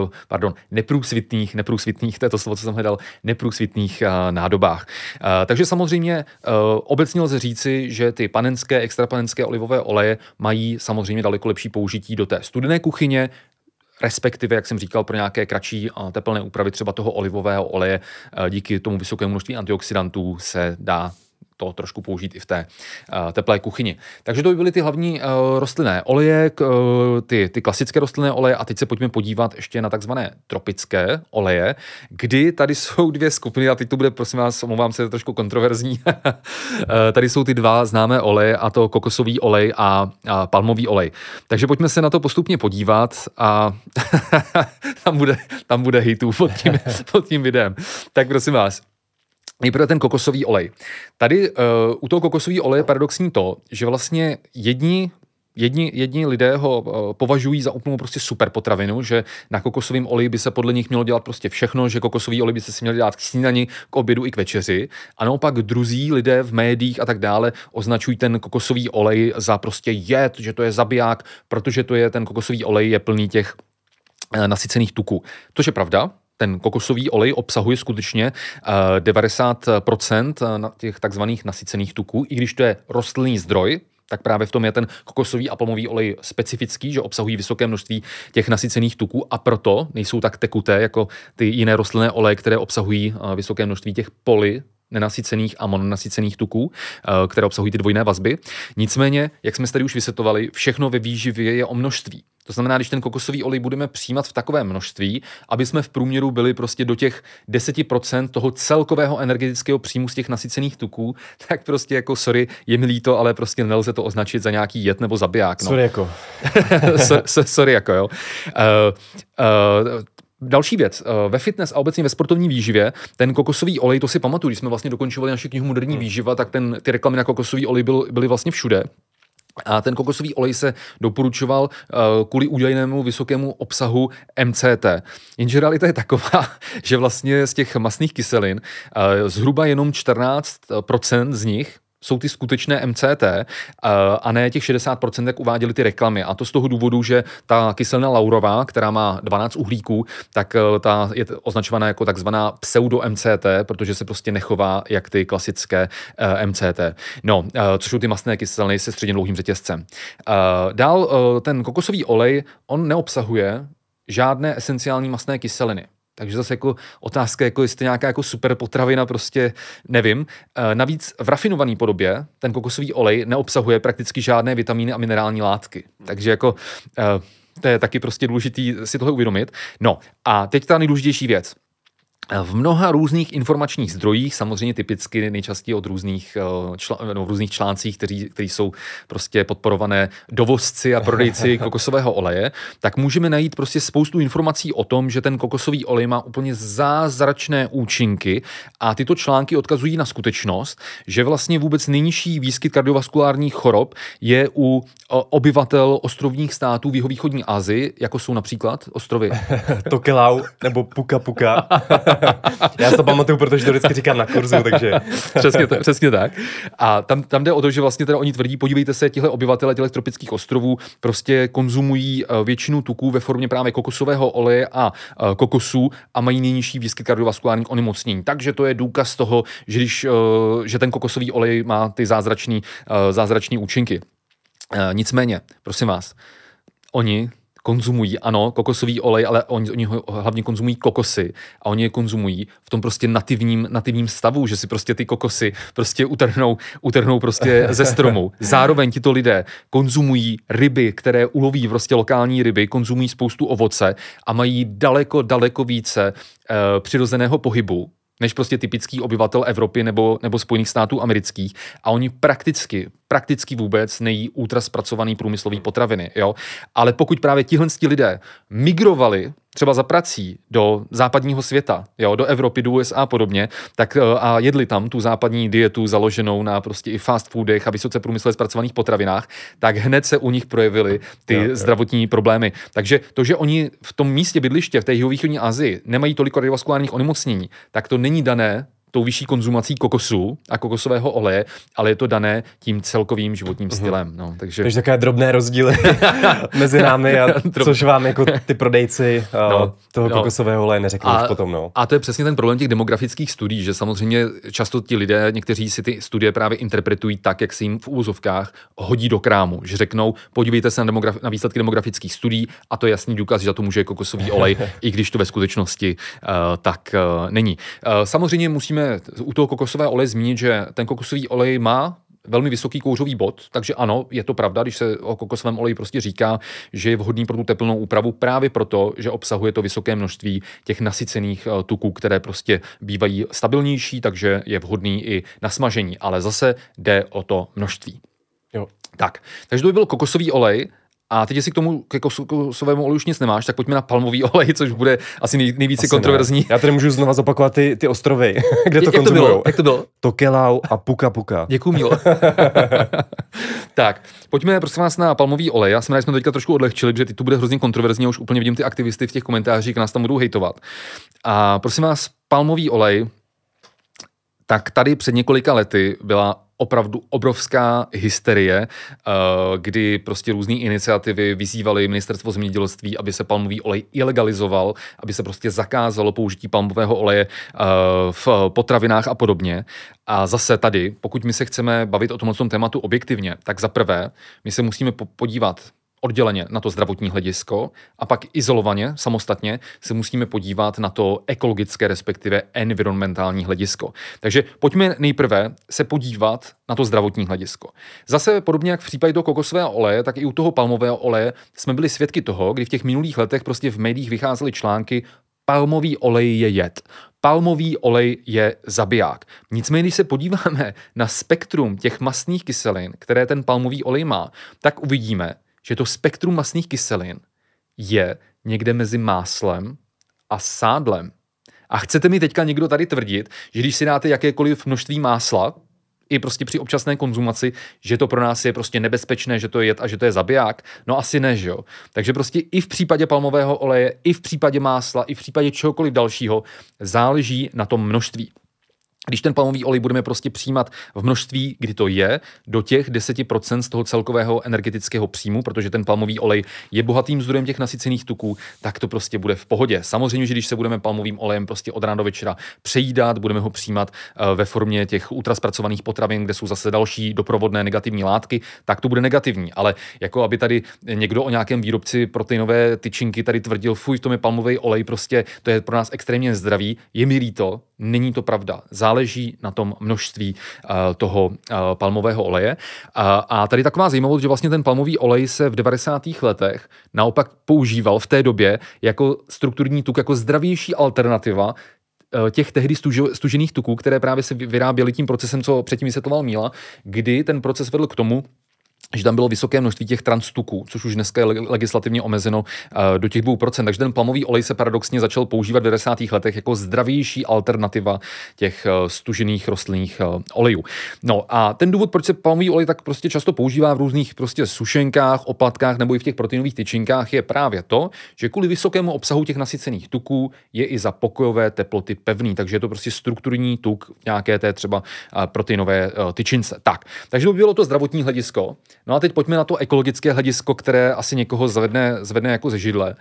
neprůsvitných, to je to slovo, co jsem hledal, neprůsvitných nádobách. Takže samozřejmě obecně lze říci, že ty panenské, extrapanenské olivové oleje mají samozřejmě daleko lepší použití do té studené kuchyně, respektive, jak jsem říkal, pro nějaké kratší tepelné úpravy třeba toho olivového oleje díky tomu vysokému množství antioxidantů se dá to trošku použít i v té teplé kuchyni. Takže to by byly ty hlavní rostlinné oleje, ty klasické rostlinné oleje a teď se pojďme podívat ještě na takzvané tropické oleje, kdy tady jsou dvě skupiny a teď to bude, prosím vás, omlouvám se, trošku kontroverzní. Tady jsou ty dva známé oleje a to kokosový olej a palmový olej. Takže pojďme se na to postupně podívat a tam bude hejtů pod tím videem. Tak prosím vás. Nejprve ten kokosový olej. Tady u toho kokosového oleje je paradoxní to, že vlastně jedni Jedni lidé ho považují za úplnou prostě super potravinu, že na kokosovém oleji by se podle nich mělo dělat prostě všechno, že kokosový olej by se si měl dát k snídani, k obědu i k večeři. A naopak druzí lidé v médiích a tak dále označují ten kokosový olej za prostě jed, že to je zabiják, protože ten kokosový olej je plný těch nasycených tuků. To je pravda. Ten kokosový olej obsahuje skutečně 90% těch takzvaných nasycených tuků, i když to je rostlinný zdroj, tak právě v tom je ten kokosový a palmový olej specifický, že obsahují vysoké množství těch nasycených tuků a proto nejsou tak tekuté jako ty jiné rostlinné oleje, které obsahují vysoké množství těch nenasycených a mononasycených tuků, které obsahují ty dvojné vazby. Nicméně, jak jsme tady už vysvětlovali, všechno ve výživě je o množství. To znamená, když ten kokosový olej budeme přijímat v takovém množství, aby jsme v průměru byli prostě do těch 10% toho celkového energetického příjmu z těch nasycených tuků, tak prostě jako sorry, je mi líto, ale prostě nelze to označit za nějaký jed nebo zabiják. No. Sorry jako. Sorry jako, jo. Další věc, ve fitness a obecně ve sportovní výživě, ten kokosový olej, to si pamatuju, když jsme vlastně dokončovali naši knihu Moderní výživa, tak ty reklamy na kokosový olej byly vlastně všude. A ten kokosový olej se doporučoval kvůli údajnému vysokému obsahu MCT. Jenže realita je taková, že vlastně z těch mastných kyselin zhruba jenom 14% z nich jsou ty skutečné MCT a ne těch 60%, jak uváděly ty reklamy. A to z toho důvodu, že ta kyselina laurová, která má 12 uhlíků, tak ta je označovaná jako takzvaná pseudo-MCT, protože se prostě nechová jak ty klasické MCT. No, což jsou ty mastné kyseliny se středně dlouhým řetězcem. Dál ten kokosový olej, on neobsahuje žádné esenciální mastné kyseliny. Takže zase jako otázka, jako jestli nějaká jako super potravina, prostě nevím. Navíc v rafinované podobě ten kokosový olej neobsahuje prakticky žádné vitamíny a minerální látky. Takže jako to je taky prostě důležitý si tohle uvědomit. No a teď ta nejdůležitější věc. V mnoha různých informačních zdrojích, samozřejmě typicky nejčastěji od různých článcích, kteří jsou prostě podporované dovozci a prodejci kokosového oleje, tak můžeme najít prostě spoustu informací o tom, že ten kokosový olej má úplně zázračné účinky a tyto články odkazují na skutečnost, že vlastně vůbec nejnižší výskyt kardiovaskulárních chorob je u obyvatel ostrovních států v jihovýchodní Asii, jako jsou například ostrovy Tokelau nebo Puka Puka. Já to pamatuju, protože to vždycky říkám na kurzu, takže... Přesně tak. A tam jde o to, že vlastně teda oni tvrdí, podívejte se, tihle obyvatele těch tropických ostrovů prostě konzumují většinu tuků ve formě právě kokosového oleje a kokosů a mají nejnižší výskyt kardiovaskulárních onemocnění. Takže to je důkaz toho, že ten kokosový olej má ty zázračné účinky. Nicméně, prosím vás, oni konzumují, ano, kokosový olej, ale oni ho hlavně konzumují kokosy a oni je konzumují v tom prostě nativním stavu, že si prostě ty kokosy prostě utrhnou prostě ze stromu. Zároveň tito lidé konzumují ryby, které uloví prostě lokální ryby, konzumují spoustu ovoce a mají daleko více přirozeného pohybu než prostě typický obyvatel Evropy nebo Spojených států amerických a oni prakticky vůbec nejí ultraspracovaný průmyslový potraviny, jo. Ale pokud právě tihle lidé migrovali třeba za prací do západního světa, jo, do Evropy, do USA a podobně, tak a jedli tam tu západní dietu založenou na prostě i fast foodech a vysoce průmyslově zpracovaných potravinách, tak hned se u nich projevily ty zdravotní problémy. Takže to, že oni v tom místě bydliště, v té jihovýchodní Asii, nemají tolik kardiovaskulárních onemocnění, tak to není dané tou vyšší konzumací kokosů a kokosového oleje, ale je to dané tím celkovým životním stylem. No, takže takové drobné rozdíly mezi námi, což vám jako ty prodejci toho kokosového oleje neřeknou už potom. No. A to je přesně ten problém těch demografických studií, že samozřejmě často ti lidé, někteří si ty studie právě interpretují tak, jak se jim v úvozovkách hodí do krámu, že řeknou, podívejte se na výsledky demografických studií a to je jasný důkaz, že to může kokosový olej, i když to ve skutečnosti tak není. Samozřejmě musíme u toho kokosového oleje zmínit, že ten kokosový olej má velmi vysoký kouřový bod, takže ano, je to pravda, když se o kokosovém oleji prostě říká, že je vhodný pro tu teplnou úpravu právě proto, že obsahuje to vysoké množství těch nasycených tuků, které prostě bývají stabilnější, takže je vhodný i na smažení, ale zase jde o to množství. Jo. Tak, takže to by byl kokosový olej. A teď, jestli ke kokosovému oleji už nic nemáš, tak pojďme na palmový olej, což bude asi nejvíce kontroverzní. Ne. Já tady můžu znova zopakovat ty ostrovy, kde to konzumujou. Jak to bylo? Tokelau a Puka Puka. Děkuju, Mílo. Tak, pojďme prosím vás na palmový olej. Já jsem rád, jsme to teďka trošku odlehčili, protože teď to bude hrozně kontroverzní a už úplně vidím ty aktivisty v těch komentářích, nás tam budou hejtovat. A prosím vás, palmový olej, tak tady před několika lety byla opravdu obrovská hysterie, kdy prostě různé iniciativy vyzývaly ministerstvo zemědělství, aby se palmový olej ilegalizoval, aby se prostě zakázalo použití palmového oleje v potravinách a podobně. A zase tady, pokud my se chceme bavit o tomhle tématu objektivně, tak za prvé, my se musíme podívat odděleně na to zdravotní hledisko a pak izolovaně, samostatně, se musíme podívat na to ekologické, respektive environmentální hledisko. Takže pojďme nejprve se podívat na to zdravotní hledisko. Zase podobně jak v případě toho kokosového oleje, tak i u toho palmového oleje jsme byli svědky toho, kdy v těch minulých letech prostě v médiích vycházely články palmový olej je jed. Palmový olej je zabiják. Nicméně, když se podíváme na spektrum těch mastných kyselin, které ten palmový olej má, tak uvidíme, že to spektrum mastných kyselin je někde mezi máslem a sádlem. A chcete mi teďka někdo tady tvrdit, že když si dáte jakékoliv množství másla, i prostě při občasné konzumaci, že to pro nás je prostě nebezpečné, že to je jed a že to je zabiják? No asi ne, že jo? Takže prostě i v případě palmového oleje, i v případě másla, i v případě čehokoliv dalšího záleží na tom množství. Když ten palmový olej budeme prostě přijímat v množství, kdy to je, do těch 10% z toho celkového energetického příjmu, protože ten palmový olej je bohatým zdrojem těch nasycených tuků, tak to prostě bude v pohodě. Samozřejmě, že když se budeme palmovým olejem prostě od rána do večera přejídat, budeme ho přijímat ve formě těch ultraspracovaných potravin, kde jsou zase další doprovodné negativní látky, tak to bude negativní. Ale jako aby tady někdo o nějakém výrobci proteinové tyčinky tady tvrdil, fuj, v tom je palmový olej, prostě to je pro nás extrémně zdravý, je mi líto, není to pravda. Záleží na tom množství toho palmového oleje. A tady taková zajímavost, že vlastně ten palmový olej se v 90. letech naopak používal v té době jako strukturní tuk, jako zdravější alternativa těch tehdy stužených tuků, které právě se vyráběly tím procesem, co předtím vysvětloval Míla, kdy ten proces vedl k tomu, že tam bylo vysoké množství těch transtuků, což už dneska je legislativně omezeno do těch 2%. Takže ten palmový olej se paradoxně začal používat v 90. letech jako zdravější alternativa těch stužených rostlinných olejů. No a ten důvod, proč se palmový olej tak prostě často používá v různých prostě sušenkách, oplatkách nebo i v těch proteinových tyčinkách, je právě to, že kvůli vysokému obsahu těch nasycených tuků je i za pokojové teploty pevný, takže je to prostě strukturní tuk v nějaké té třeba proteinové tyčince. Tak, takže to bylo to zdravotní hledisko. No a teď pojďme na to ekologické hledisko, které asi někoho zvedne jako ze židle.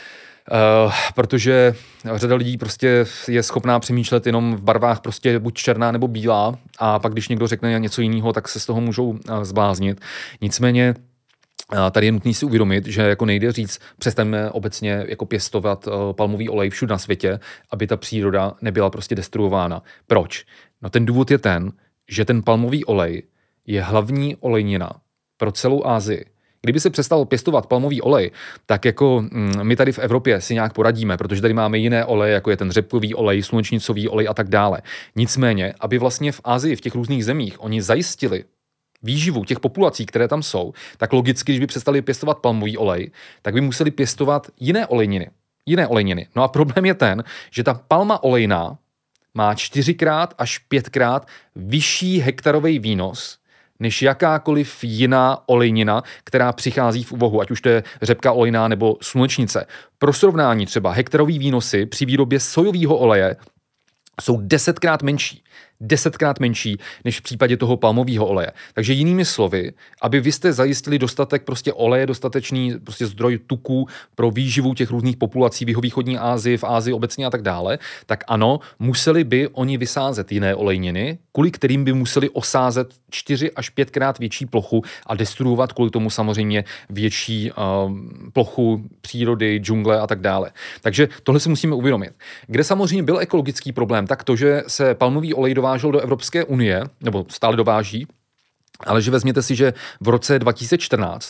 Protože řada lidí prostě je schopná přemýšlet jenom v barvách prostě buď černá nebo bílá a pak když někdo řekne něco jiného, tak se z toho můžou zbláznit. Nicméně tady je nutné si uvědomit, že jako nejde říct, přestaňme obecně jako pěstovat palmový olej všude na světě, aby ta příroda nebyla prostě destruována. Proč? No ten důvod je ten, že ten palmový olej je hlavní olejnina pro celou Asii. Kdyby se přestal pěstovat palmový olej, tak jako my tady v Evropě si nějak poradíme, protože tady máme jiné oleje, jako je ten řepkový olej, slunečnicový olej a tak dále. Nicméně, aby vlastně v Asii, v těch různých zemích, oni zajistili výživu těch populací, které tam jsou, tak logicky, když by přestali pěstovat palmový olej, tak by museli pěstovat jiné olejniny. No a problém je ten, že ta palma olejná má 4x až 5x vyšší hektarový výnos než jakákoliv jiná olejnina, která přichází v úvahu, ať už to je řepka olejná nebo slunečnice. Pro srovnání třeba hektarový výnosy při výrobě sojového oleje jsou 10krát menší než v případě toho palmového oleje. Takže jinými slovy, aby vy jste zajistili dostatek prostě oleje, dostatečný prostě zdroj tuků pro výživu těch různých populací v jihovýchodní Asii, v Asii obecně a tak dále, tak ano, museli by oni vysázet jiné olejniny, kvůli kterým by museli osázet 4 až 5krát větší plochu a destruovat kvůli tomu samozřejmě větší plochu přírody, džungle a tak dále. Takže tohle si musíme uvědomit. Kde samozřejmě byl ekologický problém, tak to, že se palmový olej dovážel do Evropské unie, nebo stále dováží, ale že vezměte si, že v roce 2014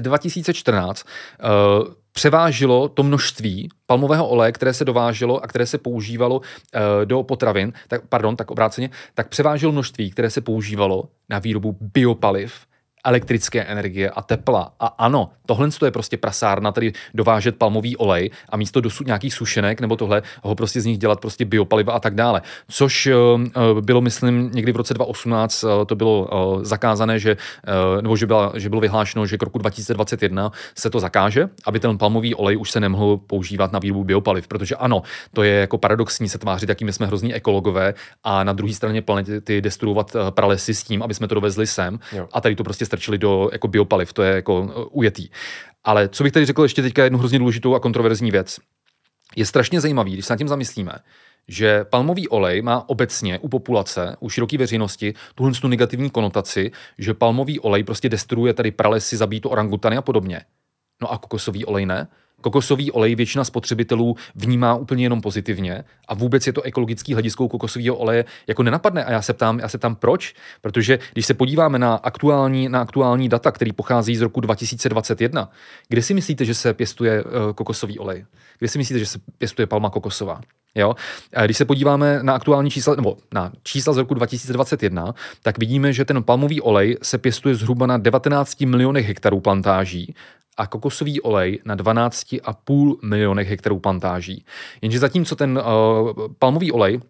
převážilo to množství palmového oleje, které se dováželo a které se používalo do potravin, tak převážilo množství, které se používalo na výrobu biopaliv elektrické energie a tepla. A ano, tohle je prostě prasárna, tedy dovážet palmový olej a místo dosud nějakých sušenek nebo tohle ho prostě z nich dělat prostě biopaliva a tak dále. Což bylo, myslím, někdy v roce 2018 to bylo zakázané, nebo že bylo vyhlášeno, že k roku 2021 se to zakáže, aby ten palmový olej už se nemohl používat na výrobu biopaliv, protože ano, to je jako paradoxní se tvářit, jakými jsme hrozní ekologové a na druhé straně planety destruovat pralesy s tím, aby jsme to dovezli sem a tady to prostě strčili do jako biopaliv, to je jako ujetý. Ale co bych tady řekl ještě teďka jednu hrozně důležitou a kontroverzní věc. Je strašně zajímavý, když se nad tím zamyslíme, že palmový olej má obecně u populace, u široké veřejnosti tuhle negativní konotaci, že palmový olej prostě destruuje tady pralesy, zabíjí to orangutany a podobně. No a kokosový olej ne? Kokosový olej většina spotřebitelů vnímá úplně jenom pozitivně a vůbec je to ekologický hledisko kokosového oleje jako nenapadne. A já se ptám proč? Protože když se podíváme na aktuální data, který pochází z roku 2021, kde si myslíte, že se pěstuje kokosový olej? Kde si myslíte, že se pěstuje palma kokosová? Jo? A když se podíváme na aktuální čísla, nebo na čísla z roku 2021, tak vidíme, že ten palmový olej se pěstuje zhruba na 19 milionech hektarů plantáží a kokosový olej na 12,5 milionech hektarů plantáží. Jenže zatímco ten palmový olej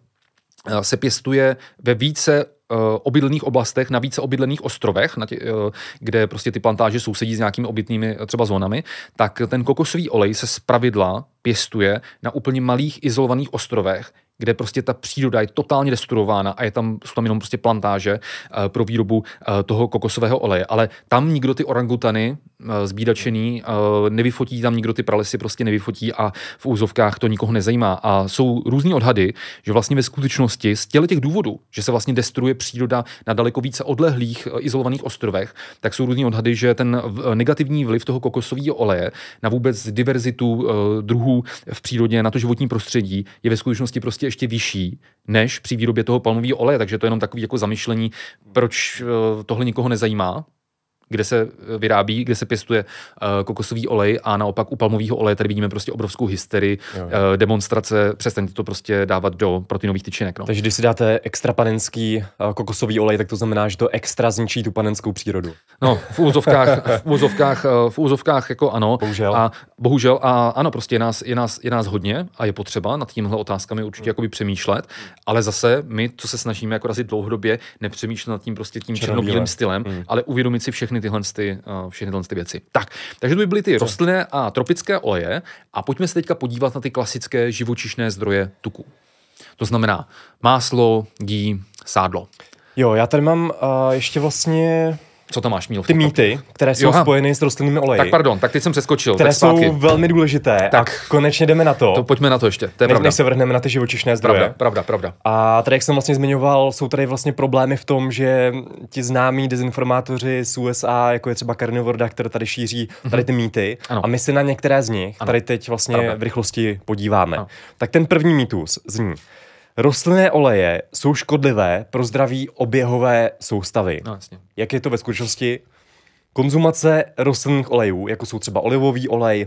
se pěstuje ve více obydlených oblastech, na více obydlených ostrovech, kde prostě ty plantáže sousedí s nějakými obytnými třeba zónami, tak ten kokosový olej se zpravidla pěstuje na úplně malých izolovaných ostrovech, kde prostě ta příroda je totálně destruována a jsou tam jenom prostě plantáže pro výrobu toho kokosového oleje. Ale tam nikdo ty orangutany zbídačený nevyfotí, tam nikdo ty pralesy prostě nevyfotí a v úzovkách to nikoho nezajímá. A jsou různý odhady, že vlastně ve skutečnosti z těch důvodů, že se vlastně destruuje příroda na daleko více odlehlých izolovaných ostrovech, tak jsou různý odhady, že ten negativní vliv toho kokosového oleje na vůbec diverzitu druhů v přírodě, na to životní prostředí je ve skutečnosti prostě ještě vyšší než při výrobě toho palmového oleje. Takže to je jenom takový jako zamyšlení, proč tohle nikoho nezajímá, kde se vyrábí, kde se pěstuje kokosový olej a naopak u palmového oleje tady vidíme prostě obrovskou hysterii, demonstrace, přestaňte to prostě dávat do proteinových tyčinek. No. Takže když si dáte extra panenský kokosový olej, tak to znamená, že to extra zničí tu panenskou přírodu. No, v úzovkách jako ano. Bohužel a ano, prostě je nás hodně a je potřeba nad tímhle otázkami určitě jakoby přemýšlet, ale zase my, co se snažíme jako razit dlouhodobě, nepřemýšlet nad tím prostě tím černobílým stylem, ale uvědomit si všechny tyhle věci. Takže to by byly ty rostlinné a tropické oleje a pojďme se teďka podívat na ty klasické živočišné zdroje tuku. To znamená máslo, ghee, sádlo. Jo, já tady mám ještě vlastně... Co tam máš, Míl? Ty mýty, které jsou spojeny s rostlinnými oleji. Tak pardon, tak teď jsem přeskočil. Které jsou velmi důležité. Tak a konečně jdeme na to. Pojďme na to ještě, to je pravda. Než se vrhneme na ty živočišné zdroje. Pravda. A tady, jak jsem vlastně zmiňoval, jsou tady vlastně problémy v tom, že ti známí dezinformátoři z USA, jako je třeba Carnivore, které tady šíří tady ty mýty. A my si na některé z nich tady teď vlastně v rychlosti podíváme. Ano. Tak ten první mýtus zní: rostlinné oleje jsou škodlivé pro zdraví oběhové soustavy. No, jasně. Jak je to ve skutečnosti? Konzumace rostlinných olejů, jako jsou třeba olivový olej,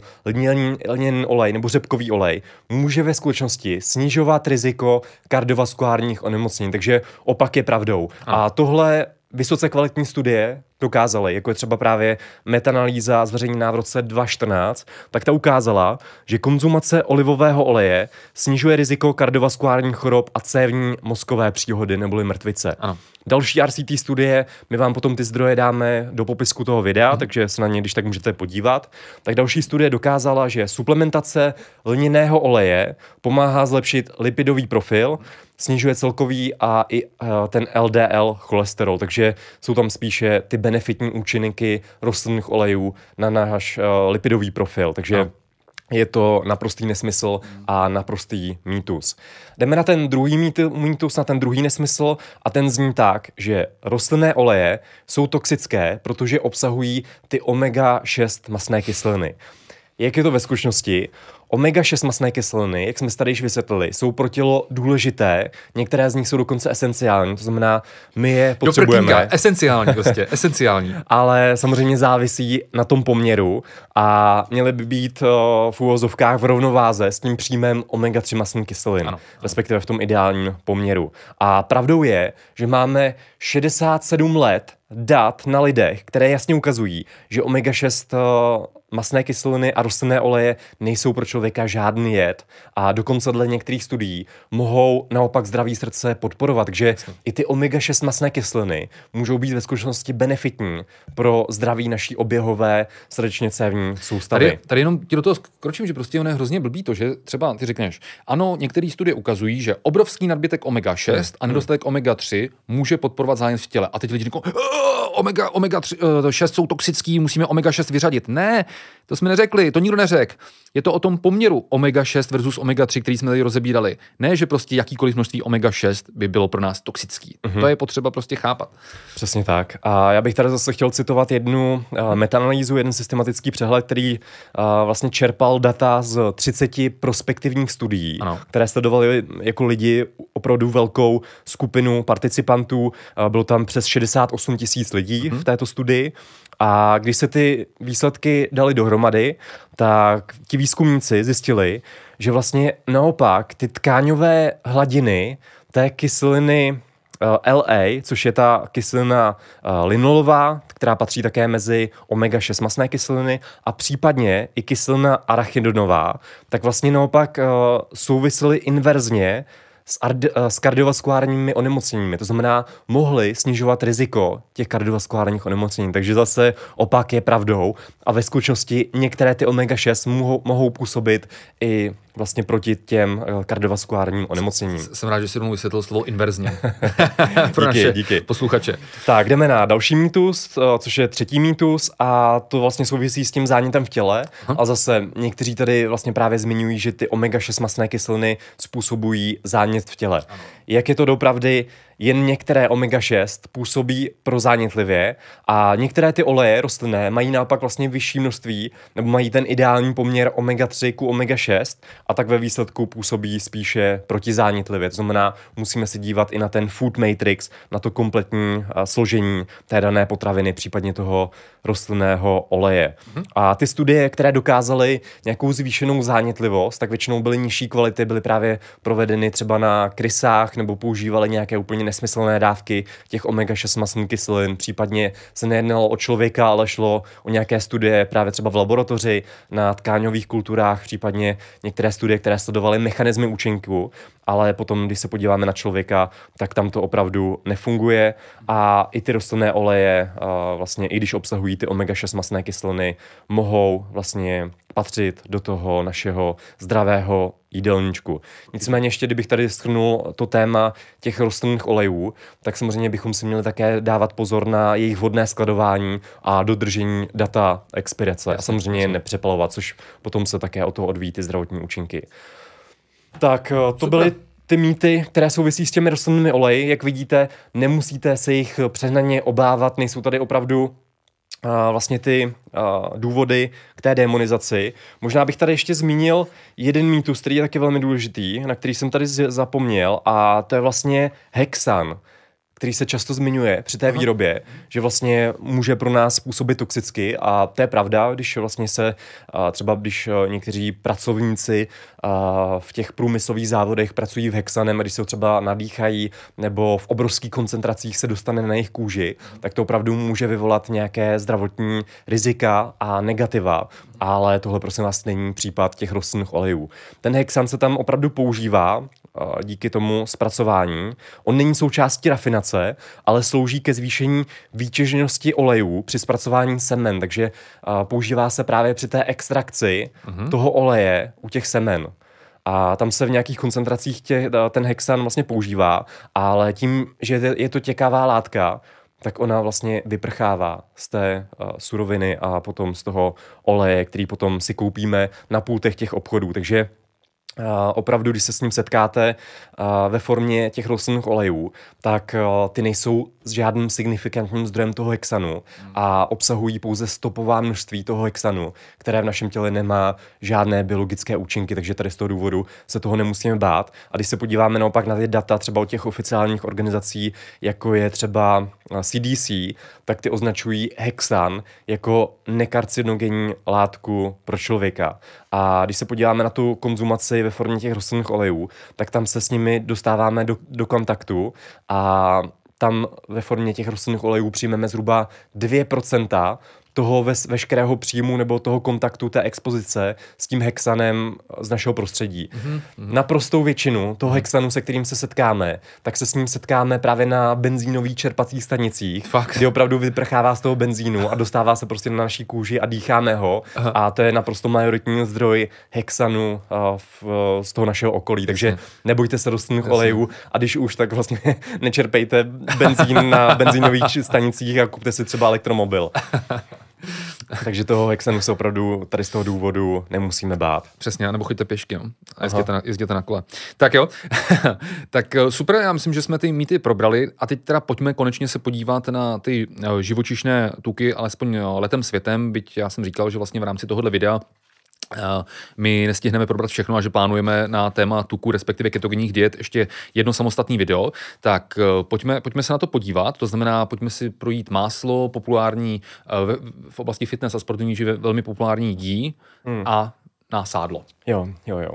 lněný olej nebo řepkový olej, může ve skutečnosti snižovat riziko kardiovaskulárních onemocnění. Takže opak je pravdou. A tohle vysoce kvalitní studie dokázaly, jako je třeba právě metaanalýza zveřejněná v roce 2014, tak ta ukázala, že konzumace olivového oleje snižuje riziko kardiovaskulárních chorob a cévní mozkové příhody neboli mrtvice. Ano. Další RCT studie, my vám potom ty zdroje dáme do popisku toho videa, takže se na ně když tak můžete podívat. Tak další studie dokázala, že suplementace lněného oleje pomáhá zlepšit lipidový profil, snižuje celkový a i ten LDL cholesterol, takže jsou tam spíše ty benefitní účinky rostlinných olejů na náš lipidový profil, takže je to naprostý nesmysl a naprostý mýtus. Jdeme na ten druhý mýtus, na ten druhý nesmysl a ten zní tak, že rostlinné oleje jsou toxické, protože obsahují ty omega-6 mastné kyseliny. Jak je to ve skutečnosti? Omega-6 mastné kyseliny, jak jsme se tady již vysvětlili, jsou pro tělo důležité, některé z nich jsou dokonce esenciální, to znamená, my je potřebujeme. Esenciální prostě, esenciální. Ale samozřejmě závisí na tom poměru a měly by být v úvozovkách v rovnováze s tím příjmem omega-3 mastných kyselin, respektive v tom ideálním poměru. A pravdou je, že máme 67 let dat na lidech, které jasně ukazují, že omega-6 mastné kyseliny a rostlinné oleje nejsou pro člověka žádný jed a dokonce dle některých studií mohou naopak zdraví srdce podporovat, takže i ty omega-6 mastné kyseliny můžou být ve skutečnosti benefitní pro zdraví naší oběhové srdečně cévní soustavy. Tady jenom ti do toho skročím, že prostě ono je hrozně blbý to, že třeba ty řekneš, ano, některé studie ukazují, že obrovský nadbytek omega-6 a nedostatek omega-3 může podporovat zájem v těle. A teď lidi říkají, omega-3, 6 jsou toxický, musíme omega-6 vyřadit. Ne, to jsme neřekli, to nikdo neřekl. Je to o tom poměru omega-6 versus omega-3, který jsme tady rozebírali. Ne, že prostě jakýkoliv množství omega-6 by bylo pro nás toxický. To je potřeba prostě chápat. Přesně tak. A já bych tady zase chtěl citovat jednu metaanalýzu, jeden systematický přehled, který vlastně čerpal data z 30 prospektivních studií, které sledovaly jako lidi opravdu velkou skupinu participantů. Bylo tam přes 68 000 lidí v této studii. A když se ty výsledky dali dohromady, tak ti výzkumníci zjistili, že vlastně naopak ty tkáňové hladiny té kyseliny LA, což je ta kyselina linolová, která patří také mezi omega-6 mastné kyseliny a případně i kyselina arachidonová, tak vlastně naopak souvisely inverzně s kardiovaskulárními onemocněními. To znamená, mohly snižovat riziko těch kardiovaskulárních onemocnění. Takže zase opak je pravdou a ve skutečnosti některé ty omega-6 mohou působit i vlastně proti těm kardiovaskulárním onemocněním. Jsem rád, že jsi rovnou vysvětlil slovo inverzně. Pro naše posluchače. Tak, jdeme na další mýtus, což je třetí mýtus a to vlastně souvisí s tím zánětem v těle. A zase někteří tady vlastně právě zmiňují, že ty omega-6 mastné kyseliny způsobují zánět v těle. Ano. Jak je to doopravdy? Jen některé omega-6 působí prozánětlivě a některé ty oleje rostlinné mají naopak vlastně vyšší množství nebo mají ten ideální poměr omega-3 ku omega-6 a tak ve výsledku působí spíše protizánětlivě. To znamená, musíme se dívat i na ten food matrix, na to kompletní složení té dané potraviny, případně toho rostlinného oleje. A ty studie, které dokázaly nějakou zvýšenou zánětlivost, tak většinou byly nižší kvality, byly právě provedeny třeba na krysách nebo používaly nějaké úplně nesmyslné dávky těch omega-6 mastných kyselin, případně se nejednalo o člověka, ale šlo o nějaké studie právě třeba v laboratoři na tkáňových kulturách, případně některé studie, které sledovaly mechanismy účinku, ale potom, když se podíváme na člověka, tak tam to opravdu nefunguje a i ty rostlinné oleje, vlastně i když obsahují ty omega-6 mastné kyseliny, mohou vlastně patřit do toho našeho zdravého jídelníčku. Nicméně ještě, kdybych tady shrnul to téma těch rostlinných olejů, tak samozřejmě bychom si měli také dávat pozor na jejich vhodné skladování a dodržení data expirace. A samozřejmě je nepřepalovat, což potom se také o toho odvíjí ty zdravotní účinky. Tak to byly ty mýty, které souvisí s těmi rostlinnými oleji. Jak vidíte, nemusíte se jich přehnaně obávat, nejsou tady opravdu vlastně ty důvody k té demonizaci. Možná bych tady ještě zmínil jeden mýtus, který je taky velmi důležitý, na který jsem tady zapomněl, a to je vlastně hexan, který se často zmiňuje při té výrobě, že vlastně může pro nás působit toxicky a to je pravda, když vlastně se třeba když někteří pracovníci v těch průmyslových závodech pracují v hexanem, když se ho třeba nadýchají nebo v obrovských koncentracích se dostane na jejich kůži, tak to opravdu může vyvolat nějaké zdravotní rizika a negativa, ale tohle prosím vás není případ těch rostlinných olejů. Ten hexan se tam opravdu používá díky tomu zpracování. On není součástí rafinace, ale slouží ke zvýšení výtěžnosti olejů při zpracování semen, takže používá se právě při té extrakci toho oleje u těch semen. A tam se v nějakých koncentracích ten hexan vlastně používá, ale tím, že je to těkavá látka, tak ona vlastně vyprchává z té suroviny a potom z toho oleje, který potom si koupíme na pultech těch obchodů. Takže opravdu, když se s ním setkáte ve formě těch rostlinných olejů, tak ty nejsou s žádným signifikantním zdrojem toho hexanu a obsahují pouze stopová množství toho hexanu, které v našem těle nemá žádné biologické účinky, takže tady z toho důvodu se toho nemusíme bát. A když se podíváme naopak na ty data třeba od těch oficiálních organizací, jako je třeba CDC, tak ty označují hexan jako nekarcinogenní látku pro člověka. A když se podíváme na tu konzumaci ve formě těch rostlinných olejů, tak tam se s nimi dostáváme do kontaktu a tam ve formě těch rostlinných olejů přijmeme zhruba 2% toho veškerého příjmu nebo toho kontaktu, té expozice s tím hexanem z našeho prostředí. Naprostou většinu toho hexanu, se kterým se setkáme, tak se s ním setkáme právě na benzínových čerpacích stanicích, kdy opravdu vyprchává z toho benzínu a dostává se prostě na naší kůži a dýcháme ho. A to je naprosto majoritní zdroj hexanu z toho našeho okolí. Takže nebojte se rostlinných olejů a když už, tak vlastně nečerpejte benzín na benzínových stanicích a kupte si třeba elektromobil. Takže toho hexanu se opravdu tady z toho důvodu nemusíme bát. Přesně, nebo choďte pěšky, no. A jezděte na kole. Tak jo, tak super, já myslím, že jsme ty mýty probrali a teď teda pojďme konečně se podívat na ty živočišné tuky, alespoň letem světem, byť já jsem říkal, že vlastně v rámci tohohle videa my nestihneme probrat všechno a že plánujeme na téma tuku, respektive ketogenních diet ještě jedno samostatné video, tak pojďme se na to podívat, to znamená, pojďme si projít máslo, populární v oblasti fitness a sportovní živě velmi populární ghee a na sádlo. Jo.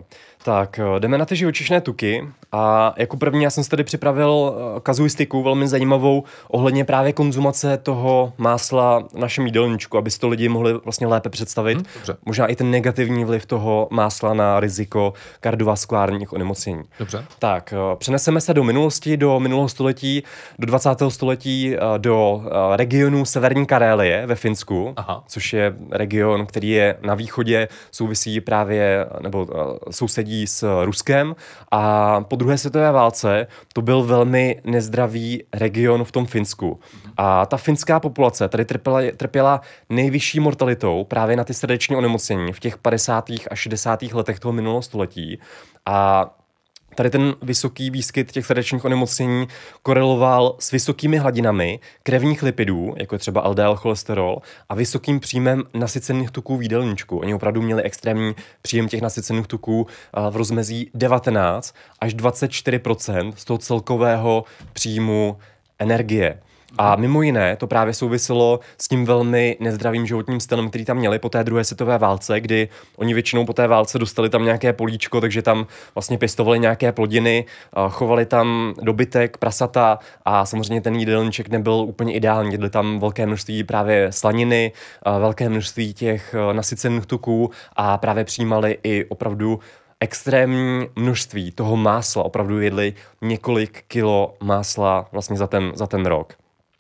Tak jdeme na ty živočišné tuky a jako první já jsem si tady připravil kazuistiku velmi zajímavou ohledně právě konzumace toho másla v našem jídelníčku, aby si to lidi mohli vlastně lépe představit. Možná i ten negativní vliv toho másla na riziko kardiovaskulárních onemocnění. Dobře. Tak, přeneseme se do minulosti, do minulého století, do 20. století, do regionu Severní Karélie ve Finsku, což je region, který je na východě, souvisí právě, nebo sousedí s Ruskem a po druhé světové válce to byl velmi nezdravý region v tom Finsku. A ta finská populace tady trpěla nejvyšší mortalitou právě na ty srdeční onemocnění v těch 50. a 60. letech toho minulého století. A tady ten vysoký výskyt těch srdečních onemocnění koreloval s vysokými hladinami krevních lipidů, jako je třeba LDL cholesterol, a vysokým příjmem nasycených tuků v jídelníčku. Oni opravdu měli extrémní příjem těch nasycených tuků v rozmezí 19 až 24% z toho celkového příjmu energie. A mimo jiné to právě souviselo s tím velmi nezdravým životním stylem, který tam měli po té druhé světové válce, kdy oni většinou po té válce dostali tam nějaké políčko, takže tam vlastně pěstovali nějaké plodiny, chovali tam dobytek, prasata a samozřejmě ten jídelníček nebyl úplně ideální. Jedli tam velké množství právě slaniny, velké množství těch nasycených tuků a právě přijímali i opravdu extrémní množství toho másla. Opravdu jedli několik kilo másla vlastně za ten rok.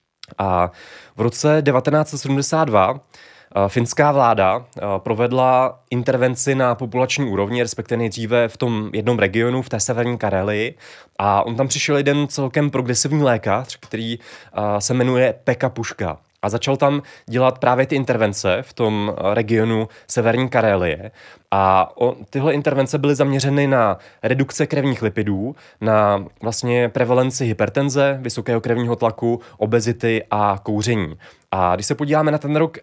A v roce 1972 finská vláda provedla intervenci na populační úrovni, respektive nejdříve v tom jednom regionu, v té Severní Karelii. A on tam přišel jeden celkem progresivní lékař, který se jmenuje Pekka Puška. A začal tam dělat právě ty intervence v tom regionu Severní Karélie. A tyhle intervence byly zaměřeny na redukce krevních lipidů, na vlastně prevalenci hypertenze, vysokého krevního tlaku, obezity a kouření. A když se podíváme na ten rok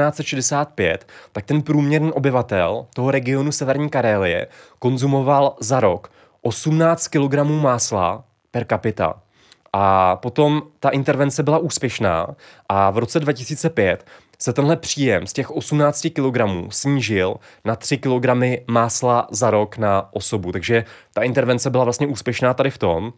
1965, tak ten průměrný obyvatel toho regionu Severní Karélie konzumoval za rok 18 kg másla per capita. A potom ta intervence byla úspěšná a v roce 2005 se tenhle příjem z těch 18 kg snížil na 3 kg másla za rok na osobu. Takže ta intervence byla vlastně úspěšná tady v tom.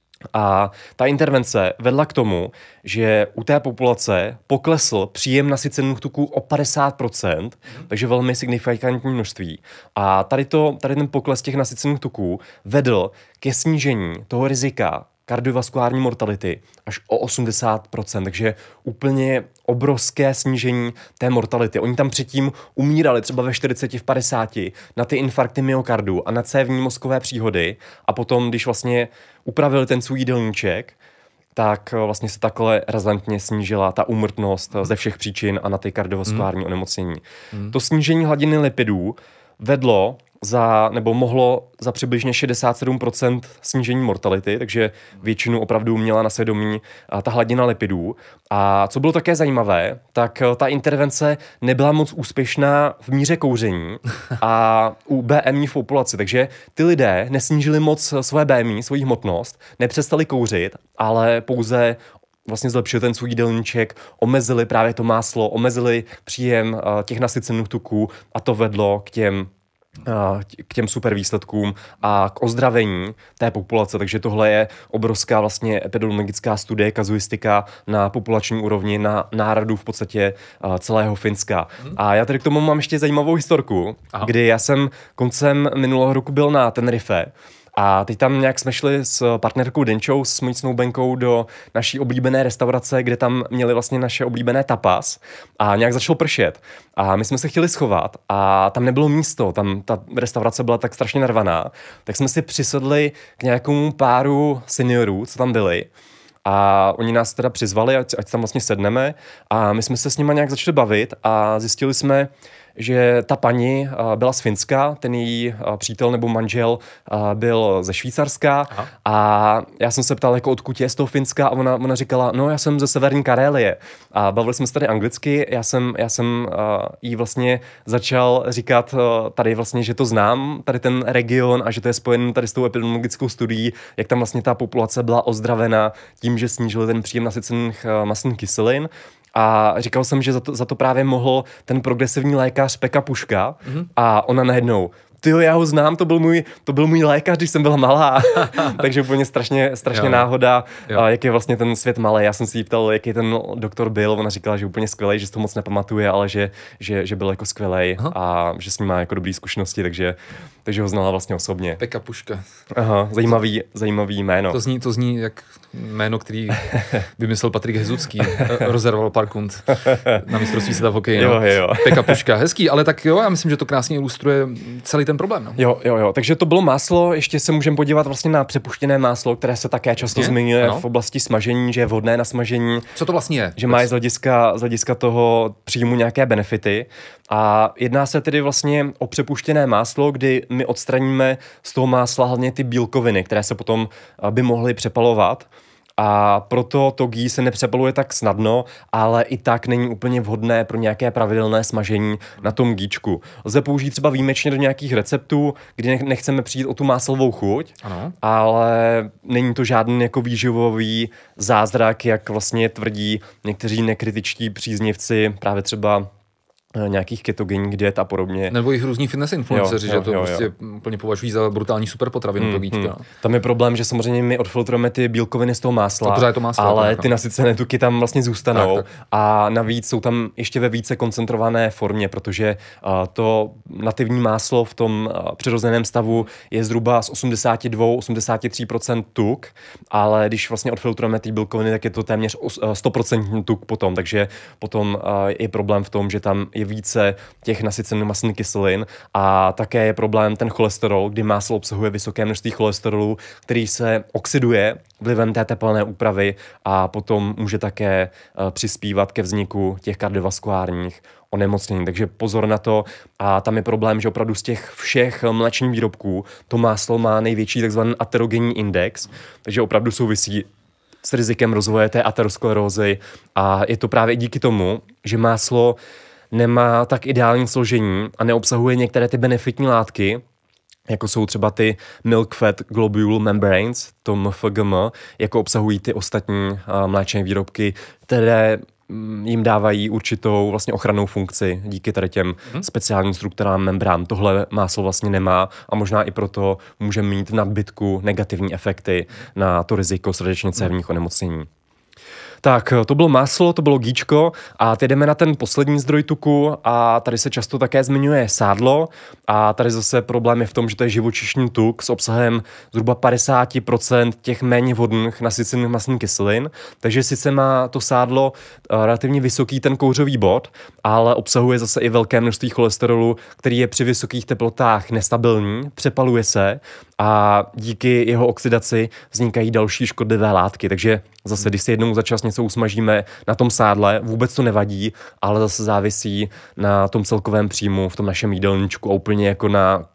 A ta intervence vedla k tomu, že u té populace poklesl příjem nasycených tuků o 50%, takže velmi signifikantní množství. A tady ten pokles těch nasycených tuků vedl ke snížení toho rizika kardiovaskulární mortality až o 80%, takže úplně obrovské snížení té mortality. Oni tam předtím umírali třeba ve 40, v 50 na ty infarkty myokardu a na cévní mozkové příhody a potom, když vlastně upravili ten svůj jídelníček, tak vlastně se takhle razantně snížila ta úmrtnost ze všech příčin a na ty kardiovaskulární onemocnění. To snížení hladiny lipidů vedlo mohlo za přibližně 67% snížení mortality, takže většinu opravdu měla na svědomí ta hladina lipidů. A co bylo také zajímavé, tak ta intervence nebyla moc úspěšná v míře kouření a u BMI v populaci, takže ty lidé nesnížili moc svoje BMI, svoji hmotnost, nepřestali kouřit, ale pouze vlastně zlepšili ten svůj jídelníček, omezili právě to máslo, omezili příjem těch nasycených tuků a to vedlo k těm super výsledkům a k ozdravení té populace. Takže tohle je obrovská vlastně epidemiologická studie, kazuistika na populační úrovni, na národu v podstatě celého Finska. A já tady k tomu mám ještě zajímavou historku, kdy já jsem koncem minulého roku byl na Tenerife. A teď tam nějak jsme šli s partnerkou Denčou, s mojí snoubenkou do naší oblíbené restaurace, kde tam měli vlastně naše oblíbené tapas a nějak začalo pršet. A my jsme se chtěli schovat a tam nebylo místo, tam ta restaurace byla tak strašně narvaná, tak jsme si přisedli k nějakému páru seniorů, co tam byli. A oni nás teda přizvali, ať tam vlastně sedneme a my jsme se s nima nějak začali bavit a zjistili jsme, že ta paní byla z Finska, ten její přítel nebo manžel byl ze Švýcarska. Aha. A já jsem se ptal, jako odkud je z toho Finska a ona říkala, no já jsem ze Severní Karélie. A bavili jsme se tady anglicky, já jsem jí vlastně začal říkat tady vlastně, že to znám, tady ten region a že to je spojený tady s tou epidemiologickou studií, jak tam vlastně ta populace byla ozdravena tím, že snížili ten příjem nasycených mastných kyselin. A říkal jsem, že za to právě mohl ten progresivní lékař Pekka Puška a ona najednou, tyjo, já ho znám, to byl můj lékař, když jsem byla malá. Takže úplně strašně náhoda, jak je vlastně ten svět malý. Já jsem si jí ptal, jaký ten doktor byl, ona říkala, že úplně skvělej, že to moc nepamatuje, ale že byl jako skvělej a že s ním má jako dobrý zkušenosti, takže ho znala vlastně osobně. Pekka Puška. Aha, zajímavý jméno. To zní jak jméno, který vymyslel Patrik Hezucký, rozerval parkund na mistrovství světa v hokeji. Jo. Pekka Puška, hezký, ale tak jo, já myslím, že to krásně ilustruje celý ten problém. No. Jo, takže to bylo máslo, ještě se můžeme podívat vlastně na přepuštěné máslo, které se také často zmiňuje v oblasti smažení, že je vhodné na smažení. Co to vlastně je? Že má z hlediska toho příjmu nějaké benefity. A jedná se tedy vlastně o přepuštěné máslo, kdy my odstraníme z toho másla hlavně ty bílkoviny, které se potom by mohly přepalovat. A proto to ghee se nepřepaluje tak snadno, ale i tak není úplně vhodné pro nějaké pravidelné smažení na tom ghíčku. Lze použít třeba výjimečně do nějakých receptů, kdy nechceme přijít o tu máslovou chuť, ale není to žádný jako výživový zázrak, jak vlastně tvrdí někteří nekritičtí příznivci, právě třeba nějakých ketogenních diet a podobně. Nebo jich různí fitness influenceři, že to prostě úplně považují za brutální superpotravinu to ghíčka. Tam je problém, že samozřejmě my odfiltrujeme ty bílkoviny z toho másla, ale ty nasycené tuky tam vlastně zůstanou tak. A navíc jsou tam ještě ve více koncentrované formě, protože to nativní máslo v tom přirozeném stavu je zhruba z 82-83% tuk, ale když vlastně odfiltrujeme ty bílkoviny, tak je to téměř 100% tuk potom, takže potom je problém v tom, že tam je více těch nasycených mastných kyselin a také je problém ten cholesterol, kdy máslo obsahuje vysoké množství cholesterolu, který se oxiduje vlivem té tepelné úpravy a potom může také přispívat ke vzniku těch kardiovaskulárních onemocnění. Takže pozor na to. A tam je problém, že opravdu z těch všech mléčných výrobků to máslo má největší takzvaný aterogenní index, takže opravdu souvisí s rizikem rozvoje té aterosklerózy a je to právě díky tomu, že máslo nemá tak ideální složení a neobsahuje některé ty benefitní látky, jako jsou třeba ty milk fat globule membranes, to MFGM, jako obsahují ty ostatní mléčné výrobky, které jim dávají určitou vlastně ochrannou funkci díky tady těm speciálním strukturám membrán. Tohle máslo vlastně nemá a možná i proto může mít v nadbytku negativní efekty na to riziko srdečně cévních onemocnění. Tak, to bylo máslo, to bylo ghíčko a teď jdeme na ten poslední zdroj tuku a tady se často také zmiňuje sádlo a tady zase problém je v tom, že to je živočišný tuk s obsahem zhruba 50% těch méně vhodných nasycených mastných kyselin, takže sice má to sádlo relativně vysoký ten kouřový bod, ale obsahuje zase i velké množství cholesterolu, který je při vysokých teplotách nestabilní, přepaluje se a díky jeho oxidaci vznikají další škodlivé látky, takže zase, když si jednou za čas něco usmažíme na tom sádle, vůbec to nevadí, ale zase závisí na tom celkovém příjmu v tom našem jídelníčku a úplně jako na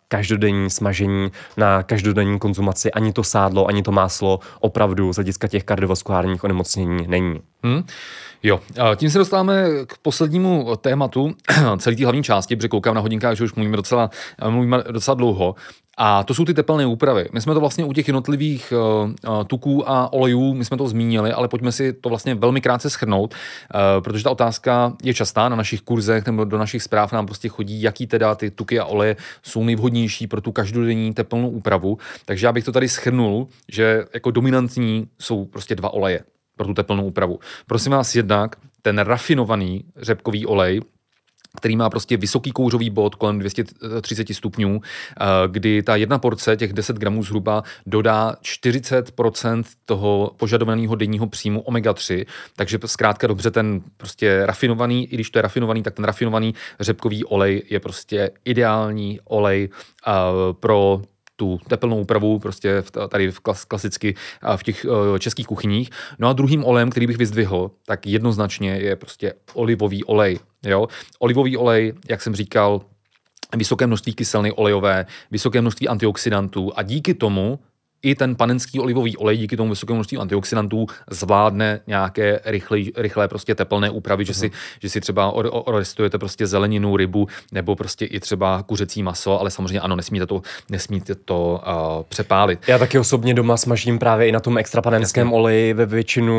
každodenní smažení, na každodenní konzumaci ani to sádlo, ani to máslo opravdu z hlediska těch kardiovaskulárních onemocnění není. Jo, tím se dostáváme k poslednímu tématu celé té hlavní části, protože koukám na hodinkách, že už mluvíme docela dlouho. A to jsou ty tepelné úpravy. My jsme to vlastně u těch jednotlivých tuků a olejů, my jsme to zmínili, ale pojďme si to vlastně velmi krátce shrnout, protože ta otázka je častá na našich kurzech nebo do našich zpráv nám prostě chodí, jaký teda ty tuky a oleje jsou nejvhodnější pro tu každodenní tepelnou úpravu. Takže já bych to tady shrnul, že jako dominantní jsou prostě 2 oleje pro tu tepelnou úpravu. Prosím vás, jednak ten rafinovaný řepkový olej, který má prostě vysoký kouřový bod kolem 230 stupňů, kdy ta jedna porce, těch 10 gramů zhruba, dodá 40% toho požadovaného denního příjmu omega-3, takže zkrátka dobře ten prostě rafinovaný, i když to je rafinovaný, tak ten rafinovaný řepkový olej je prostě ideální olej pro tu tepelnou úpravu prostě tady klasicky v těch českých kuchyních. No a druhým olejem, který bych vyzdvihl, tak jednoznačně je prostě olivový olej. Jo? Olivový olej, jak jsem říkal, vysoké množství kyseliny olejové, vysoké množství antioxidantů a díky tomu i ten panenský olivový olej díky tomu vysokému množství antioxidantů zvládne nějaké rychlé prostě tepelné úpravy, že si třeba orestujete prostě zeleninu, rybu nebo prostě i třeba kuřecí maso, ale samozřejmě ano, nesmíte to přepálit. Já taky osobně doma smažím právě i na tom extra panenském oleji ve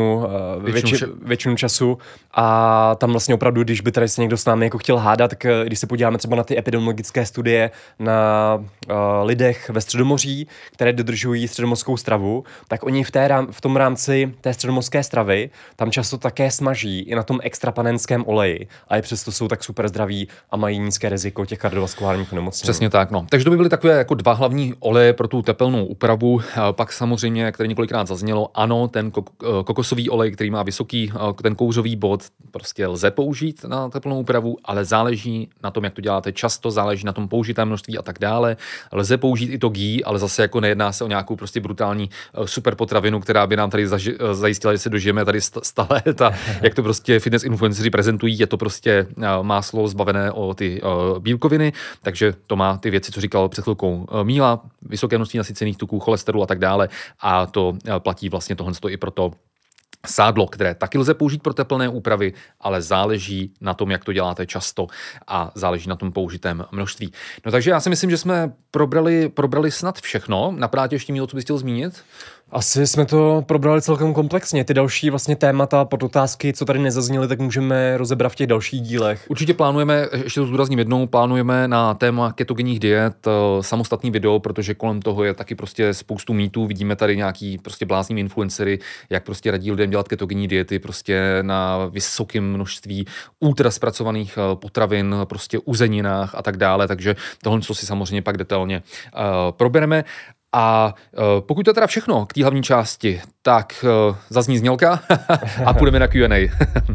většinu času a tam vlastně opravdu, když by tady se někdo s námi jako chtěl hádat, tak když se podíváme třeba na ty epidemiologické studie na lidech ve Středomoří, které dodržují středomořskou stravu, tak oni v tom rámci té středomořské stravy tam často také smaží i na tom extrapanenském oleji a i přesto jsou tak super zdraví a mají nízké riziko těch kardiovaskulárních onemocnění. Přesně tak, no. Takže to by byly takové jako 2 hlavní oleje pro tu tepelnou úpravu. Pak samozřejmě, jak tady několikrát zaznělo, ano, ten kokosový olej, který má vysoký ten kouřový bod, prostě lze použít na tepelnou úpravu, ale záleží na tom, jak to děláte často, záleží na tom použitém množství a tak dále. Lze použít i to ghee, ale zase jako nejedná se o nějakou prostě brutální super potravinu, která by nám tady zajistila, že se dožijeme tady 100 let a jak to prostě fitness influenceři prezentují, je to prostě máslo zbavené o ty bílkoviny, takže to má ty věci, co říkal před chvilkou Míla, vysoké množství nasycených tuků, cholesterolu a tak dále a to platí vlastně tohle i pro to sádlo, které taky lze použít pro tepelné úpravy, ale záleží na tom, jak to děláte často a záleží na tom použitém množství. No takže já si myslím, že jsme probrali snad všechno. Napadá tě ještě, Mílo, co bys chtěl zmínit? Asi jsme to probrali celkem komplexně. Ty další vlastně témata, podotázky, co tady nezazněly, tak můžeme rozebrat v těch dalších dílech. Určitě plánujeme, ještě to zdůrazním jednou, plánujeme na téma ketogenních diet samostatný video, protože kolem toho je taky prostě spoustu mýtů. Vidíme tady nějaký prostě blázní influencery, jak prostě radí lidem dělat ketogenní diety prostě na vysokém množství ultra zpracovaných potravin, prostě uzeninách a tak dále, takže tohle, co si samozřejmě pak detailně probereme. A pokud to je teda všechno k té hlavní části, tak zazní znělka a půjdeme na Q&A.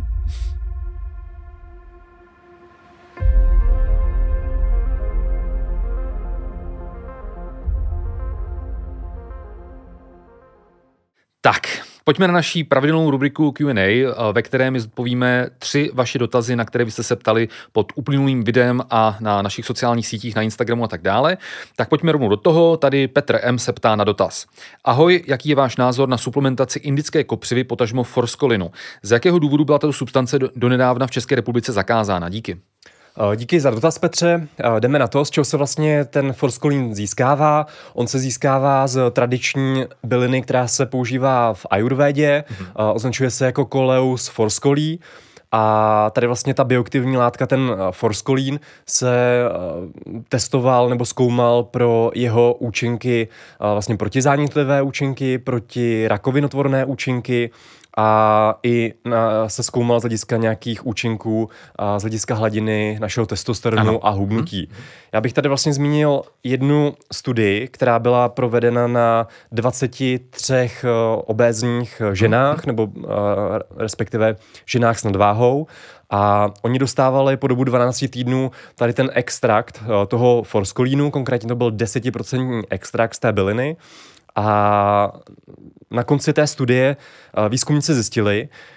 Tak, pojďme na naší pravidelnou rubriku Q&A, ve které my zodpovíme 3 vaše dotazy, na které vy jste se ptali pod uplynulým videem a na našich sociálních sítích, na Instagramu a tak dále. Tak pojďme rovnou do toho. Tady Petr M. se ptá na dotaz. Ahoj, jaký je váš názor na suplementaci indické kopřivy, potažmo forskolinu? Z jakého důvodu byla tato substance donedávna v České republice zakázána? Díky. Díky za dotaz, Petře. Jdeme na to, z čeho se vlastně ten forskolín získává. On se získává z tradiční byliny, která se používá v ajurvédě. Označuje se jako Coleus forskolí. A tady vlastně ta bioaktivní látka, ten forskolín, se testoval nebo zkoumal pro jeho účinky, vlastně protizánětlivé účinky, proti rakovinotvorné účinky a i se zkoumal z hlediska nějakých účinků, z hlediska hladiny našeho testosteronu a hubnutí. Já bych tady vlastně zmínil jednu studii, která byla provedena na 23 obézních ženách, nebo respektive ženách s nadváhou. A oni dostávali po dobu 12 týdnů tady ten extrakt toho forskolínu, konkrétně to byl 10% extrakt z té byliny. A na konci té studie výzkumníci zjistili,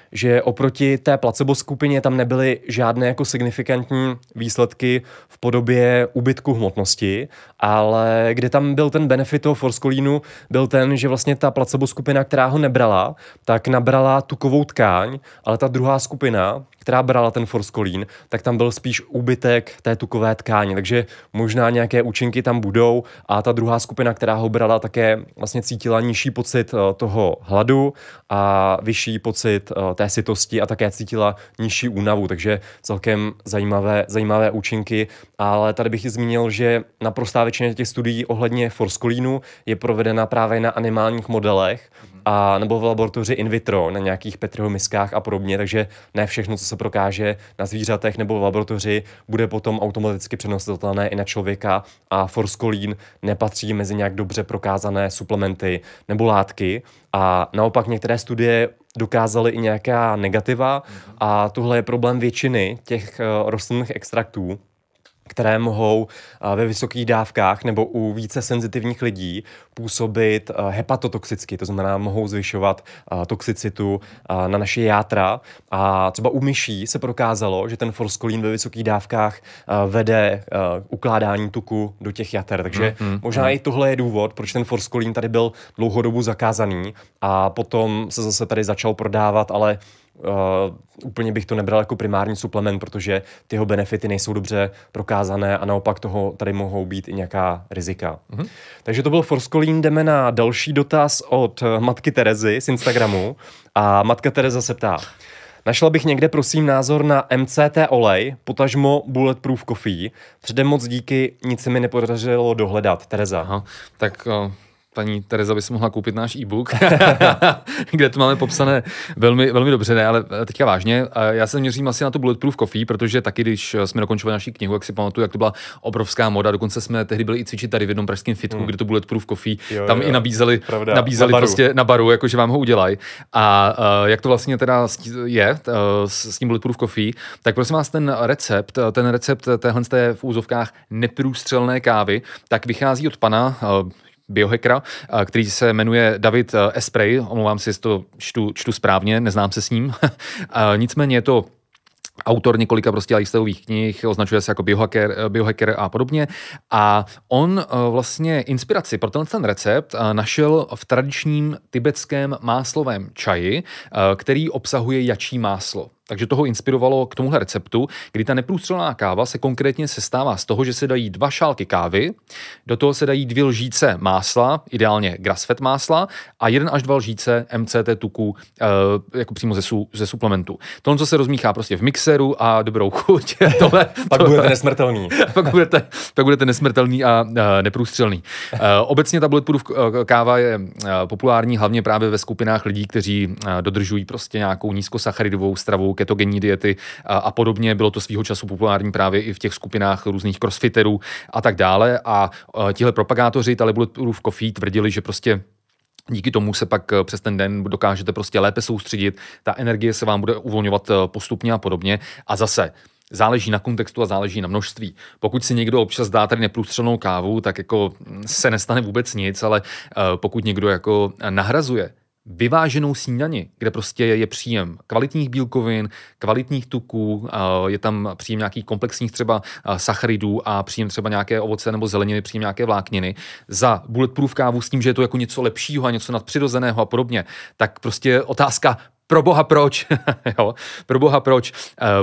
že oproti té placebo skupině tam nebyly žádné jako signifikantní výsledky v podobě úbytku hmotnosti, ale kde tam byl ten benefit toho forskolínu, byl ten, že vlastně ta placebo skupina, která ho nebrala, tak nabrala tukovou tkáň, ale ta druhá skupina, která brala ten forskolín, tak tam byl spíš úbytek té tukové tkáně, takže možná nějaké účinky tam budou a ta druhá skupina, která ho brala, také vlastně cítila nižší pocit toho hladu a vyšší pocit té sytosti a také cítila nižší únavu, takže celkem zajímavé účinky, ale tady bych zmínil, že naprostá většina těch studií ohledně forskolínu je provedena právě na animálních modelech a nebo v laboratoři in vitro, na nějakých Petriho miskách a podobně, takže ne všechno, co se prokáže na zvířatech nebo v laboratoři, bude potom automaticky přenositelné i na člověka a forskolín nepatří mezi nějak dobře prokázané suplementy nebo látky a naopak některé studie dokázaly i nějaká negativa a tohle je problém většiny těch rostlinných extraktů, které mohou ve vysokých dávkách nebo u více senzitivních lidí působit hepatotoxicky, to znamená, mohou zvyšovat toxicitu na naše játra. A třeba u myší se prokázalo, že ten forskolín ve vysokých dávkách vede ukládání tuku do těch jater. Takže možná i tohle je důvod, proč ten forskolín tady byl dlouhou dobu zakázaný a potom se zase tady začal prodávat, ale úplně bych to nebral jako primární suplement, protože ty jeho benefity nejsou dobře prokázané a naopak toho tady mohou být i nějaká rizika. Takže to byl forskolín, jdeme na další dotaz od matky Terezy z Instagramu a matka Tereza se ptá: našla bych někde, prosím, názor na MCT olej, potažmo Bulletproof Coffee. Předem moc díky, nic se mi nepodařilo dohledat. Tereza. Aha, tak paní Tereza by si mohla koupit náš e-book, kde to máme popsané velmi, velmi dobře, ne, ale teďka vážně. Já se měřím asi na tu Bulletproof Coffee, protože taky, když jsme dokončovali naši knihu, jak si pamatuju, jak to byla obrovská moda, dokonce jsme tehdy byli i cvičit tady v jednom pražském fitku, kde to Bulletproof Coffee, tam i nabízeli prostě na baru, jakože vám ho udělají. A jak to vlastně teda je s tím Bulletproof Coffee, tak prosím vás, ten recept téhle v úzovkách neprůstřelné kávy, tak vychází od pana biohackera, který se jmenuje David Asprey, omlouvám si, jestli to čtu správně, neznám se s ním. Nicméně je to autor několika prostě lifestyleových knih, označuje se jako biohacker a podobně. A on vlastně inspiraci pro ten recept našel v tradičním tibetském máslovém čaji, který obsahuje jačí máslo. Takže toho inspirovalo k tomuhle receptu, kdy ta neprůstřelná káva se konkrétně sestává z toho, že se dají 2 šálky kávy, do toho se dají 2 lžíce másla, ideálně grass-fed másla a 1 až 2 lžíce MCT tuku jako přímo ze suplementu. Tohle, co se rozmíchá prostě v mixeru a dobrou chuť. Pak budete nesmrtelný. pak budete nesmrtelný a neprůstřelný. Obecně ta Bulletproof káva je populární hlavně právě ve skupinách lidí, kteří dodržují prostě nějakou nízkosacharidovou stravu, ketogenní diety a podobně. Bylo to svýho času populární právě i v těch skupinách různých crossfiterů a tak dále. A tihle propagátoři, ta Bulletproof Coffee tvrdili, že prostě díky tomu se pak přes ten den dokážete prostě lépe soustředit, ta energie se vám bude uvolňovat postupně a podobně. A zase záleží na kontextu a záleží na množství. Pokud si někdo občas dá tady neprůstřelnou kávu, tak jako se nestane vůbec nic, ale pokud někdo jako nahrazuje vyváženou snídani, kde prostě je příjem kvalitních bílkovin, kvalitních tuků, je tam příjem nějakých komplexních třeba sacharidů a příjem třeba nějaké ovoce nebo zeleniny, příjem nějaké vlákniny, za Bulletproof kávu s tím, že je to jako něco lepšího a něco nadpřirozeného a podobně, tak prostě otázka, proboha proč? Jo, proboha proč?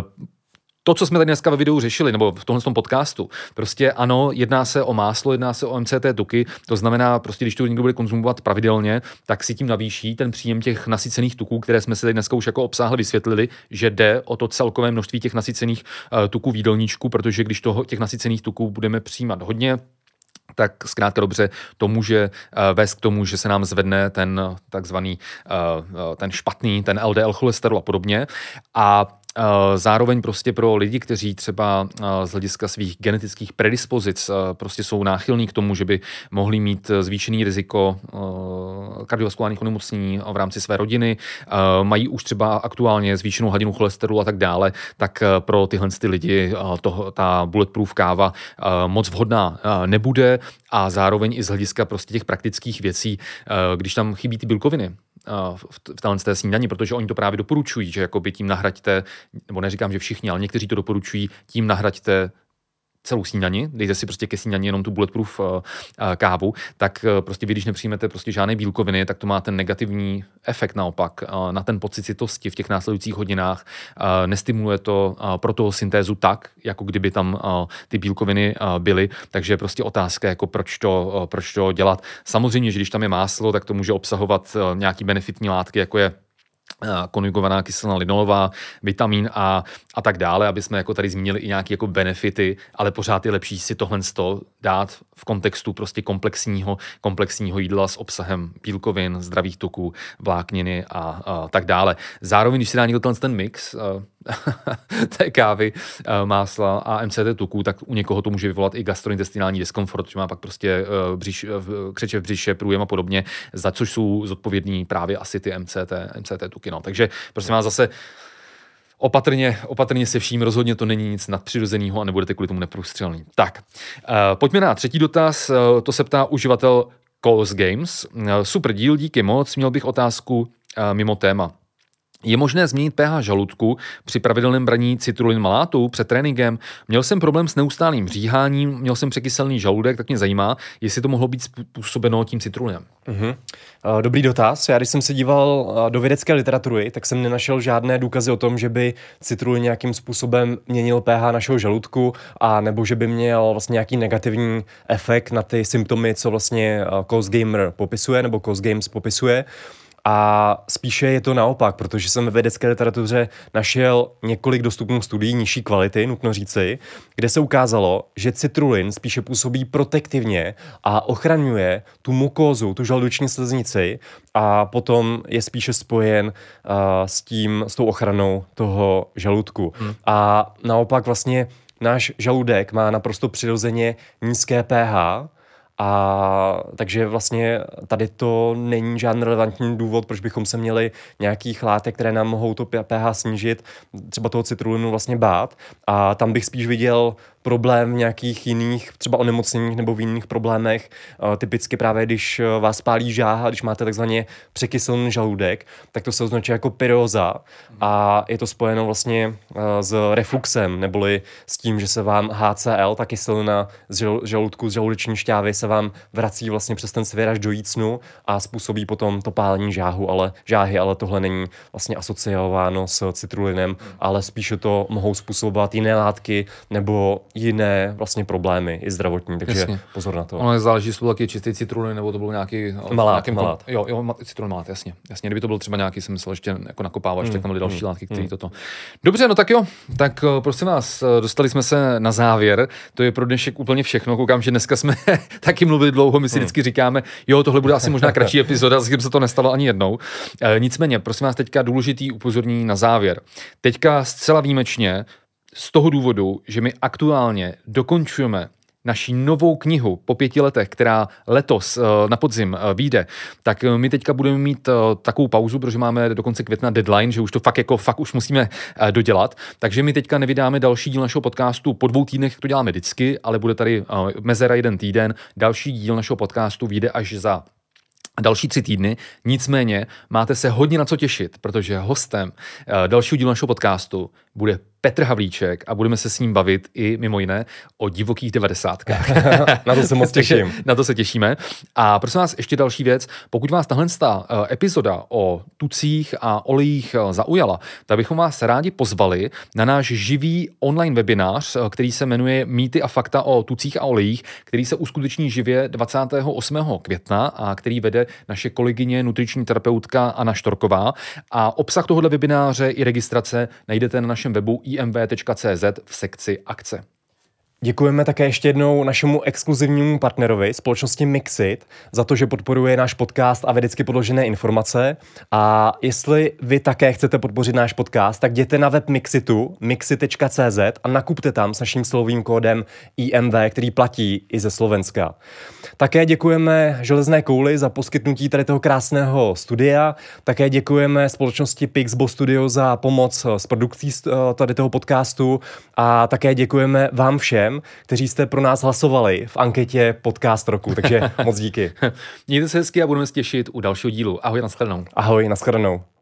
To, co jsme tady dneska ve videu řešili, nebo v tomhle podcastu, prostě ano, jedná se o máslo, jedná se o MCT tuky, to znamená, prostě když to někdo bude konzumovat pravidelně, tak si tím navýší ten příjem těch nasycených tuků, které jsme si tady dneska už jako obsáhle vysvětlili, že jde o to celkové množství těch nasycených tuků v jídelníčku, protože když těch nasycených tuků budeme přijímat hodně, tak zkrátka dobře to může vést k tomu, že se nám zvedne ten takzvaný, ten špatný, ten LDL cholesterol a podobně. A zároveň prostě pro lidi, kteří třeba z hlediska svých genetických predispozic prostě jsou náchylní k tomu, že by mohli mít zvýšený riziko kardiovaskulárních onemocnění v rámci své rodiny, mají už třeba aktuálně zvýšenou hladinu cholesterolu a tak dále, tak pro tyhle lidi ta Bulletproof káva moc vhodná nebude a zároveň i z hlediska prostě těch praktických věcí, když tam chybí ty bílkoviny, v té snídani, protože oni to právě doporučují, že jakoby tím nahraďte, nebo neříkám, že všichni, ale někteří to doporučují, tím nahraďte celou snídani, dejte si prostě ke snídani jenom tu bulletproof kávu, tak prostě vy, když nepřijmete prostě žádné bílkoviny, tak to má ten negativní efekt naopak na ten pocit sytosti v těch následujících hodinách. Nestimuluje to protosyntézu tak, jako kdyby tam ty bílkoviny byly, takže je prostě otázka, jako proč to dělat. Samozřejmě, že když tam je máslo, tak to může obsahovat nějaký benefitní látky, jako je konjugovaná kyselina linolová, vitamin A a tak dále, aby jsme jako tady zmínili i nějaké jako benefity, ale pořád je lepší si tohle dát v kontextu prostě komplexního jídla s obsahem bílkovin, zdravých tuků, vlákniny a tak dále. Zároveň, když si dá někdo ten mix té kávy, másla a MCT tuků, tak u někoho to může vyvolat i gastrointestinální diskomfort, že má pak prostě křeče v břiše, průjem a podobně, za což jsou zodpovědní právě asi ty MCT tuky. No. Takže prosím vás zase opatrně se vším, rozhodně to není nic nadpřirozeného a nebudete kvůli tomu neprůstřelný. Tak, pojďme na třetí dotaz, to se ptá uživatel Calls Games. Super díl, díky moc, měl bych otázku mimo téma. Je možné změnit pH žaludku při pravidelném braní citrullin malátu před tréninkem? Měl jsem problém s neustálým říháním, měl jsem překyselný žaludek, tak mě zajímá, jestli to mohlo být způsobeno tím citrulinem. Dobrý dotaz. Já když jsem se díval do vědecké literatury, tak jsem nenašel žádné důkazy o tom, že by citrulin nějakým způsobem měnil pH našeho žaludku a nebo že by měl vlastně nějaký negativní efekt na ty symptomy, co vlastně Calls Gamer popisuje nebo Calls Games popisuje. A spíše je to naopak, protože jsem ve vědecké literatuře našel několik dostupných studií nižší kvality, nutno říci, kde se ukázalo, že citrulin spíše působí protektivně a ochraňuje tu mukózu, tu žaludeční sliznici a potom je spíše spojen s tou ochranou toho žaludku. A naopak vlastně náš žaludek má naprosto přirozeně nízké pH, a takže vlastně tady to není žádný relevantní důvod, proč bychom se měli nějakých látek, které nám mohou to pH snížit, třeba toho citrulinu vlastně bát. A tam bych spíš viděl problém v nějakých jiných, třeba onemocněních nebo v jiných problémech. Typicky právě, když vás pálí žáha, když máte takzvaně překyselný žaludek, tak to se označuje jako pyróza a je to spojeno vlastně s refluxem, neboli s tím, že se vám HCl, ta kyselina z žaludku, z žaludeční šťávy se vám vrací vlastně přes ten svěr až do jícnu a způsobí potom to pálení žáhy, ale tohle není vlastně asociováno s citrulinem, ale spíše to mohou způsobovat jiné látky nebo jiné vlastně problémy i zdravotní, takže jasně. Pozor na to. Ono záleží, jestli to byl taky čistý citrulin, nebo to byl nějaký malát. Jo, citrulin malát, jasně. Kdyby to byl třeba nějaký, jsem myslel, ještě jako nakopávač, tak tam byly další látky, které toto. Dobře, no tak jo. Tak prosím vás, dostali jsme se na závěr. To je pro dnešek úplně všechno. Koukám, že dneska jsme taky mluvili dlouho, my si vždycky říkáme, jo, tohle bude asi možná kratší epizoda, s tím se to nestalo ani jednou. Nicméně, prosím vás, teďka důležitý upozornění na závěr. Teďka zcela výjimečně z toho důvodu, že my aktuálně dokončujeme naši novou knihu po 5 letech, která letos na podzim vyjde, tak my teďka budeme mít takovou pauzu, protože máme do konce května deadline, že už to fakt už musíme dodělat. Takže my teďka nevydáme další díl našeho podcastu po 2 týdnech, to děláme vždycky, ale bude tady mezera 1 týden. Další díl našeho podcastu vyjde až za další 3 týdny, nicméně máte se hodně na co těšit, protože hostem dalšího dílu našeho podcastu bude Petr Havlíček a budeme se s ním bavit i mimo jiné o divokých 90kách. Na to se moc těším. Na to se těšíme. A prosím vás, ještě další věc. Pokud vás tahle epizoda o tucích a olejích zaujala, tak bychom vás rádi pozvali na náš živý online webinář, který se jmenuje Mýty a fakta o tucích a olejích, který se uskuteční živě 28. května a který vede naše kolegyně nutriční terapeutka Anna Štorková. A obsah tohoto webináře i registrace najdete na našem webu imv.cz v sekci akce. Děkujeme také ještě jednou našemu exkluzivnímu partnerovi, společnosti Mixit, za to, že podporuje náš podcast a vědecky podložené informace. A jestli vy také chcete podpořit náš podcast, tak jděte na web Mixitu, mixit.cz a nakupte tam s naším slovým kódem IMV, který platí i ze Slovenska. Také děkujeme Železné kouli za poskytnutí tady toho krásného studia. Také děkujeme společnosti Pixbo Studio za pomoc s produkcí tady toho podcastu a také děkujeme vám všem, všem, kteří jste pro nás hlasovali v anketě Podcast roku, takže moc díky. Mějte se hezky a budeme se těšit u dalšího dílu. Ahoj, nashledanou. Ahoj, nashledanou.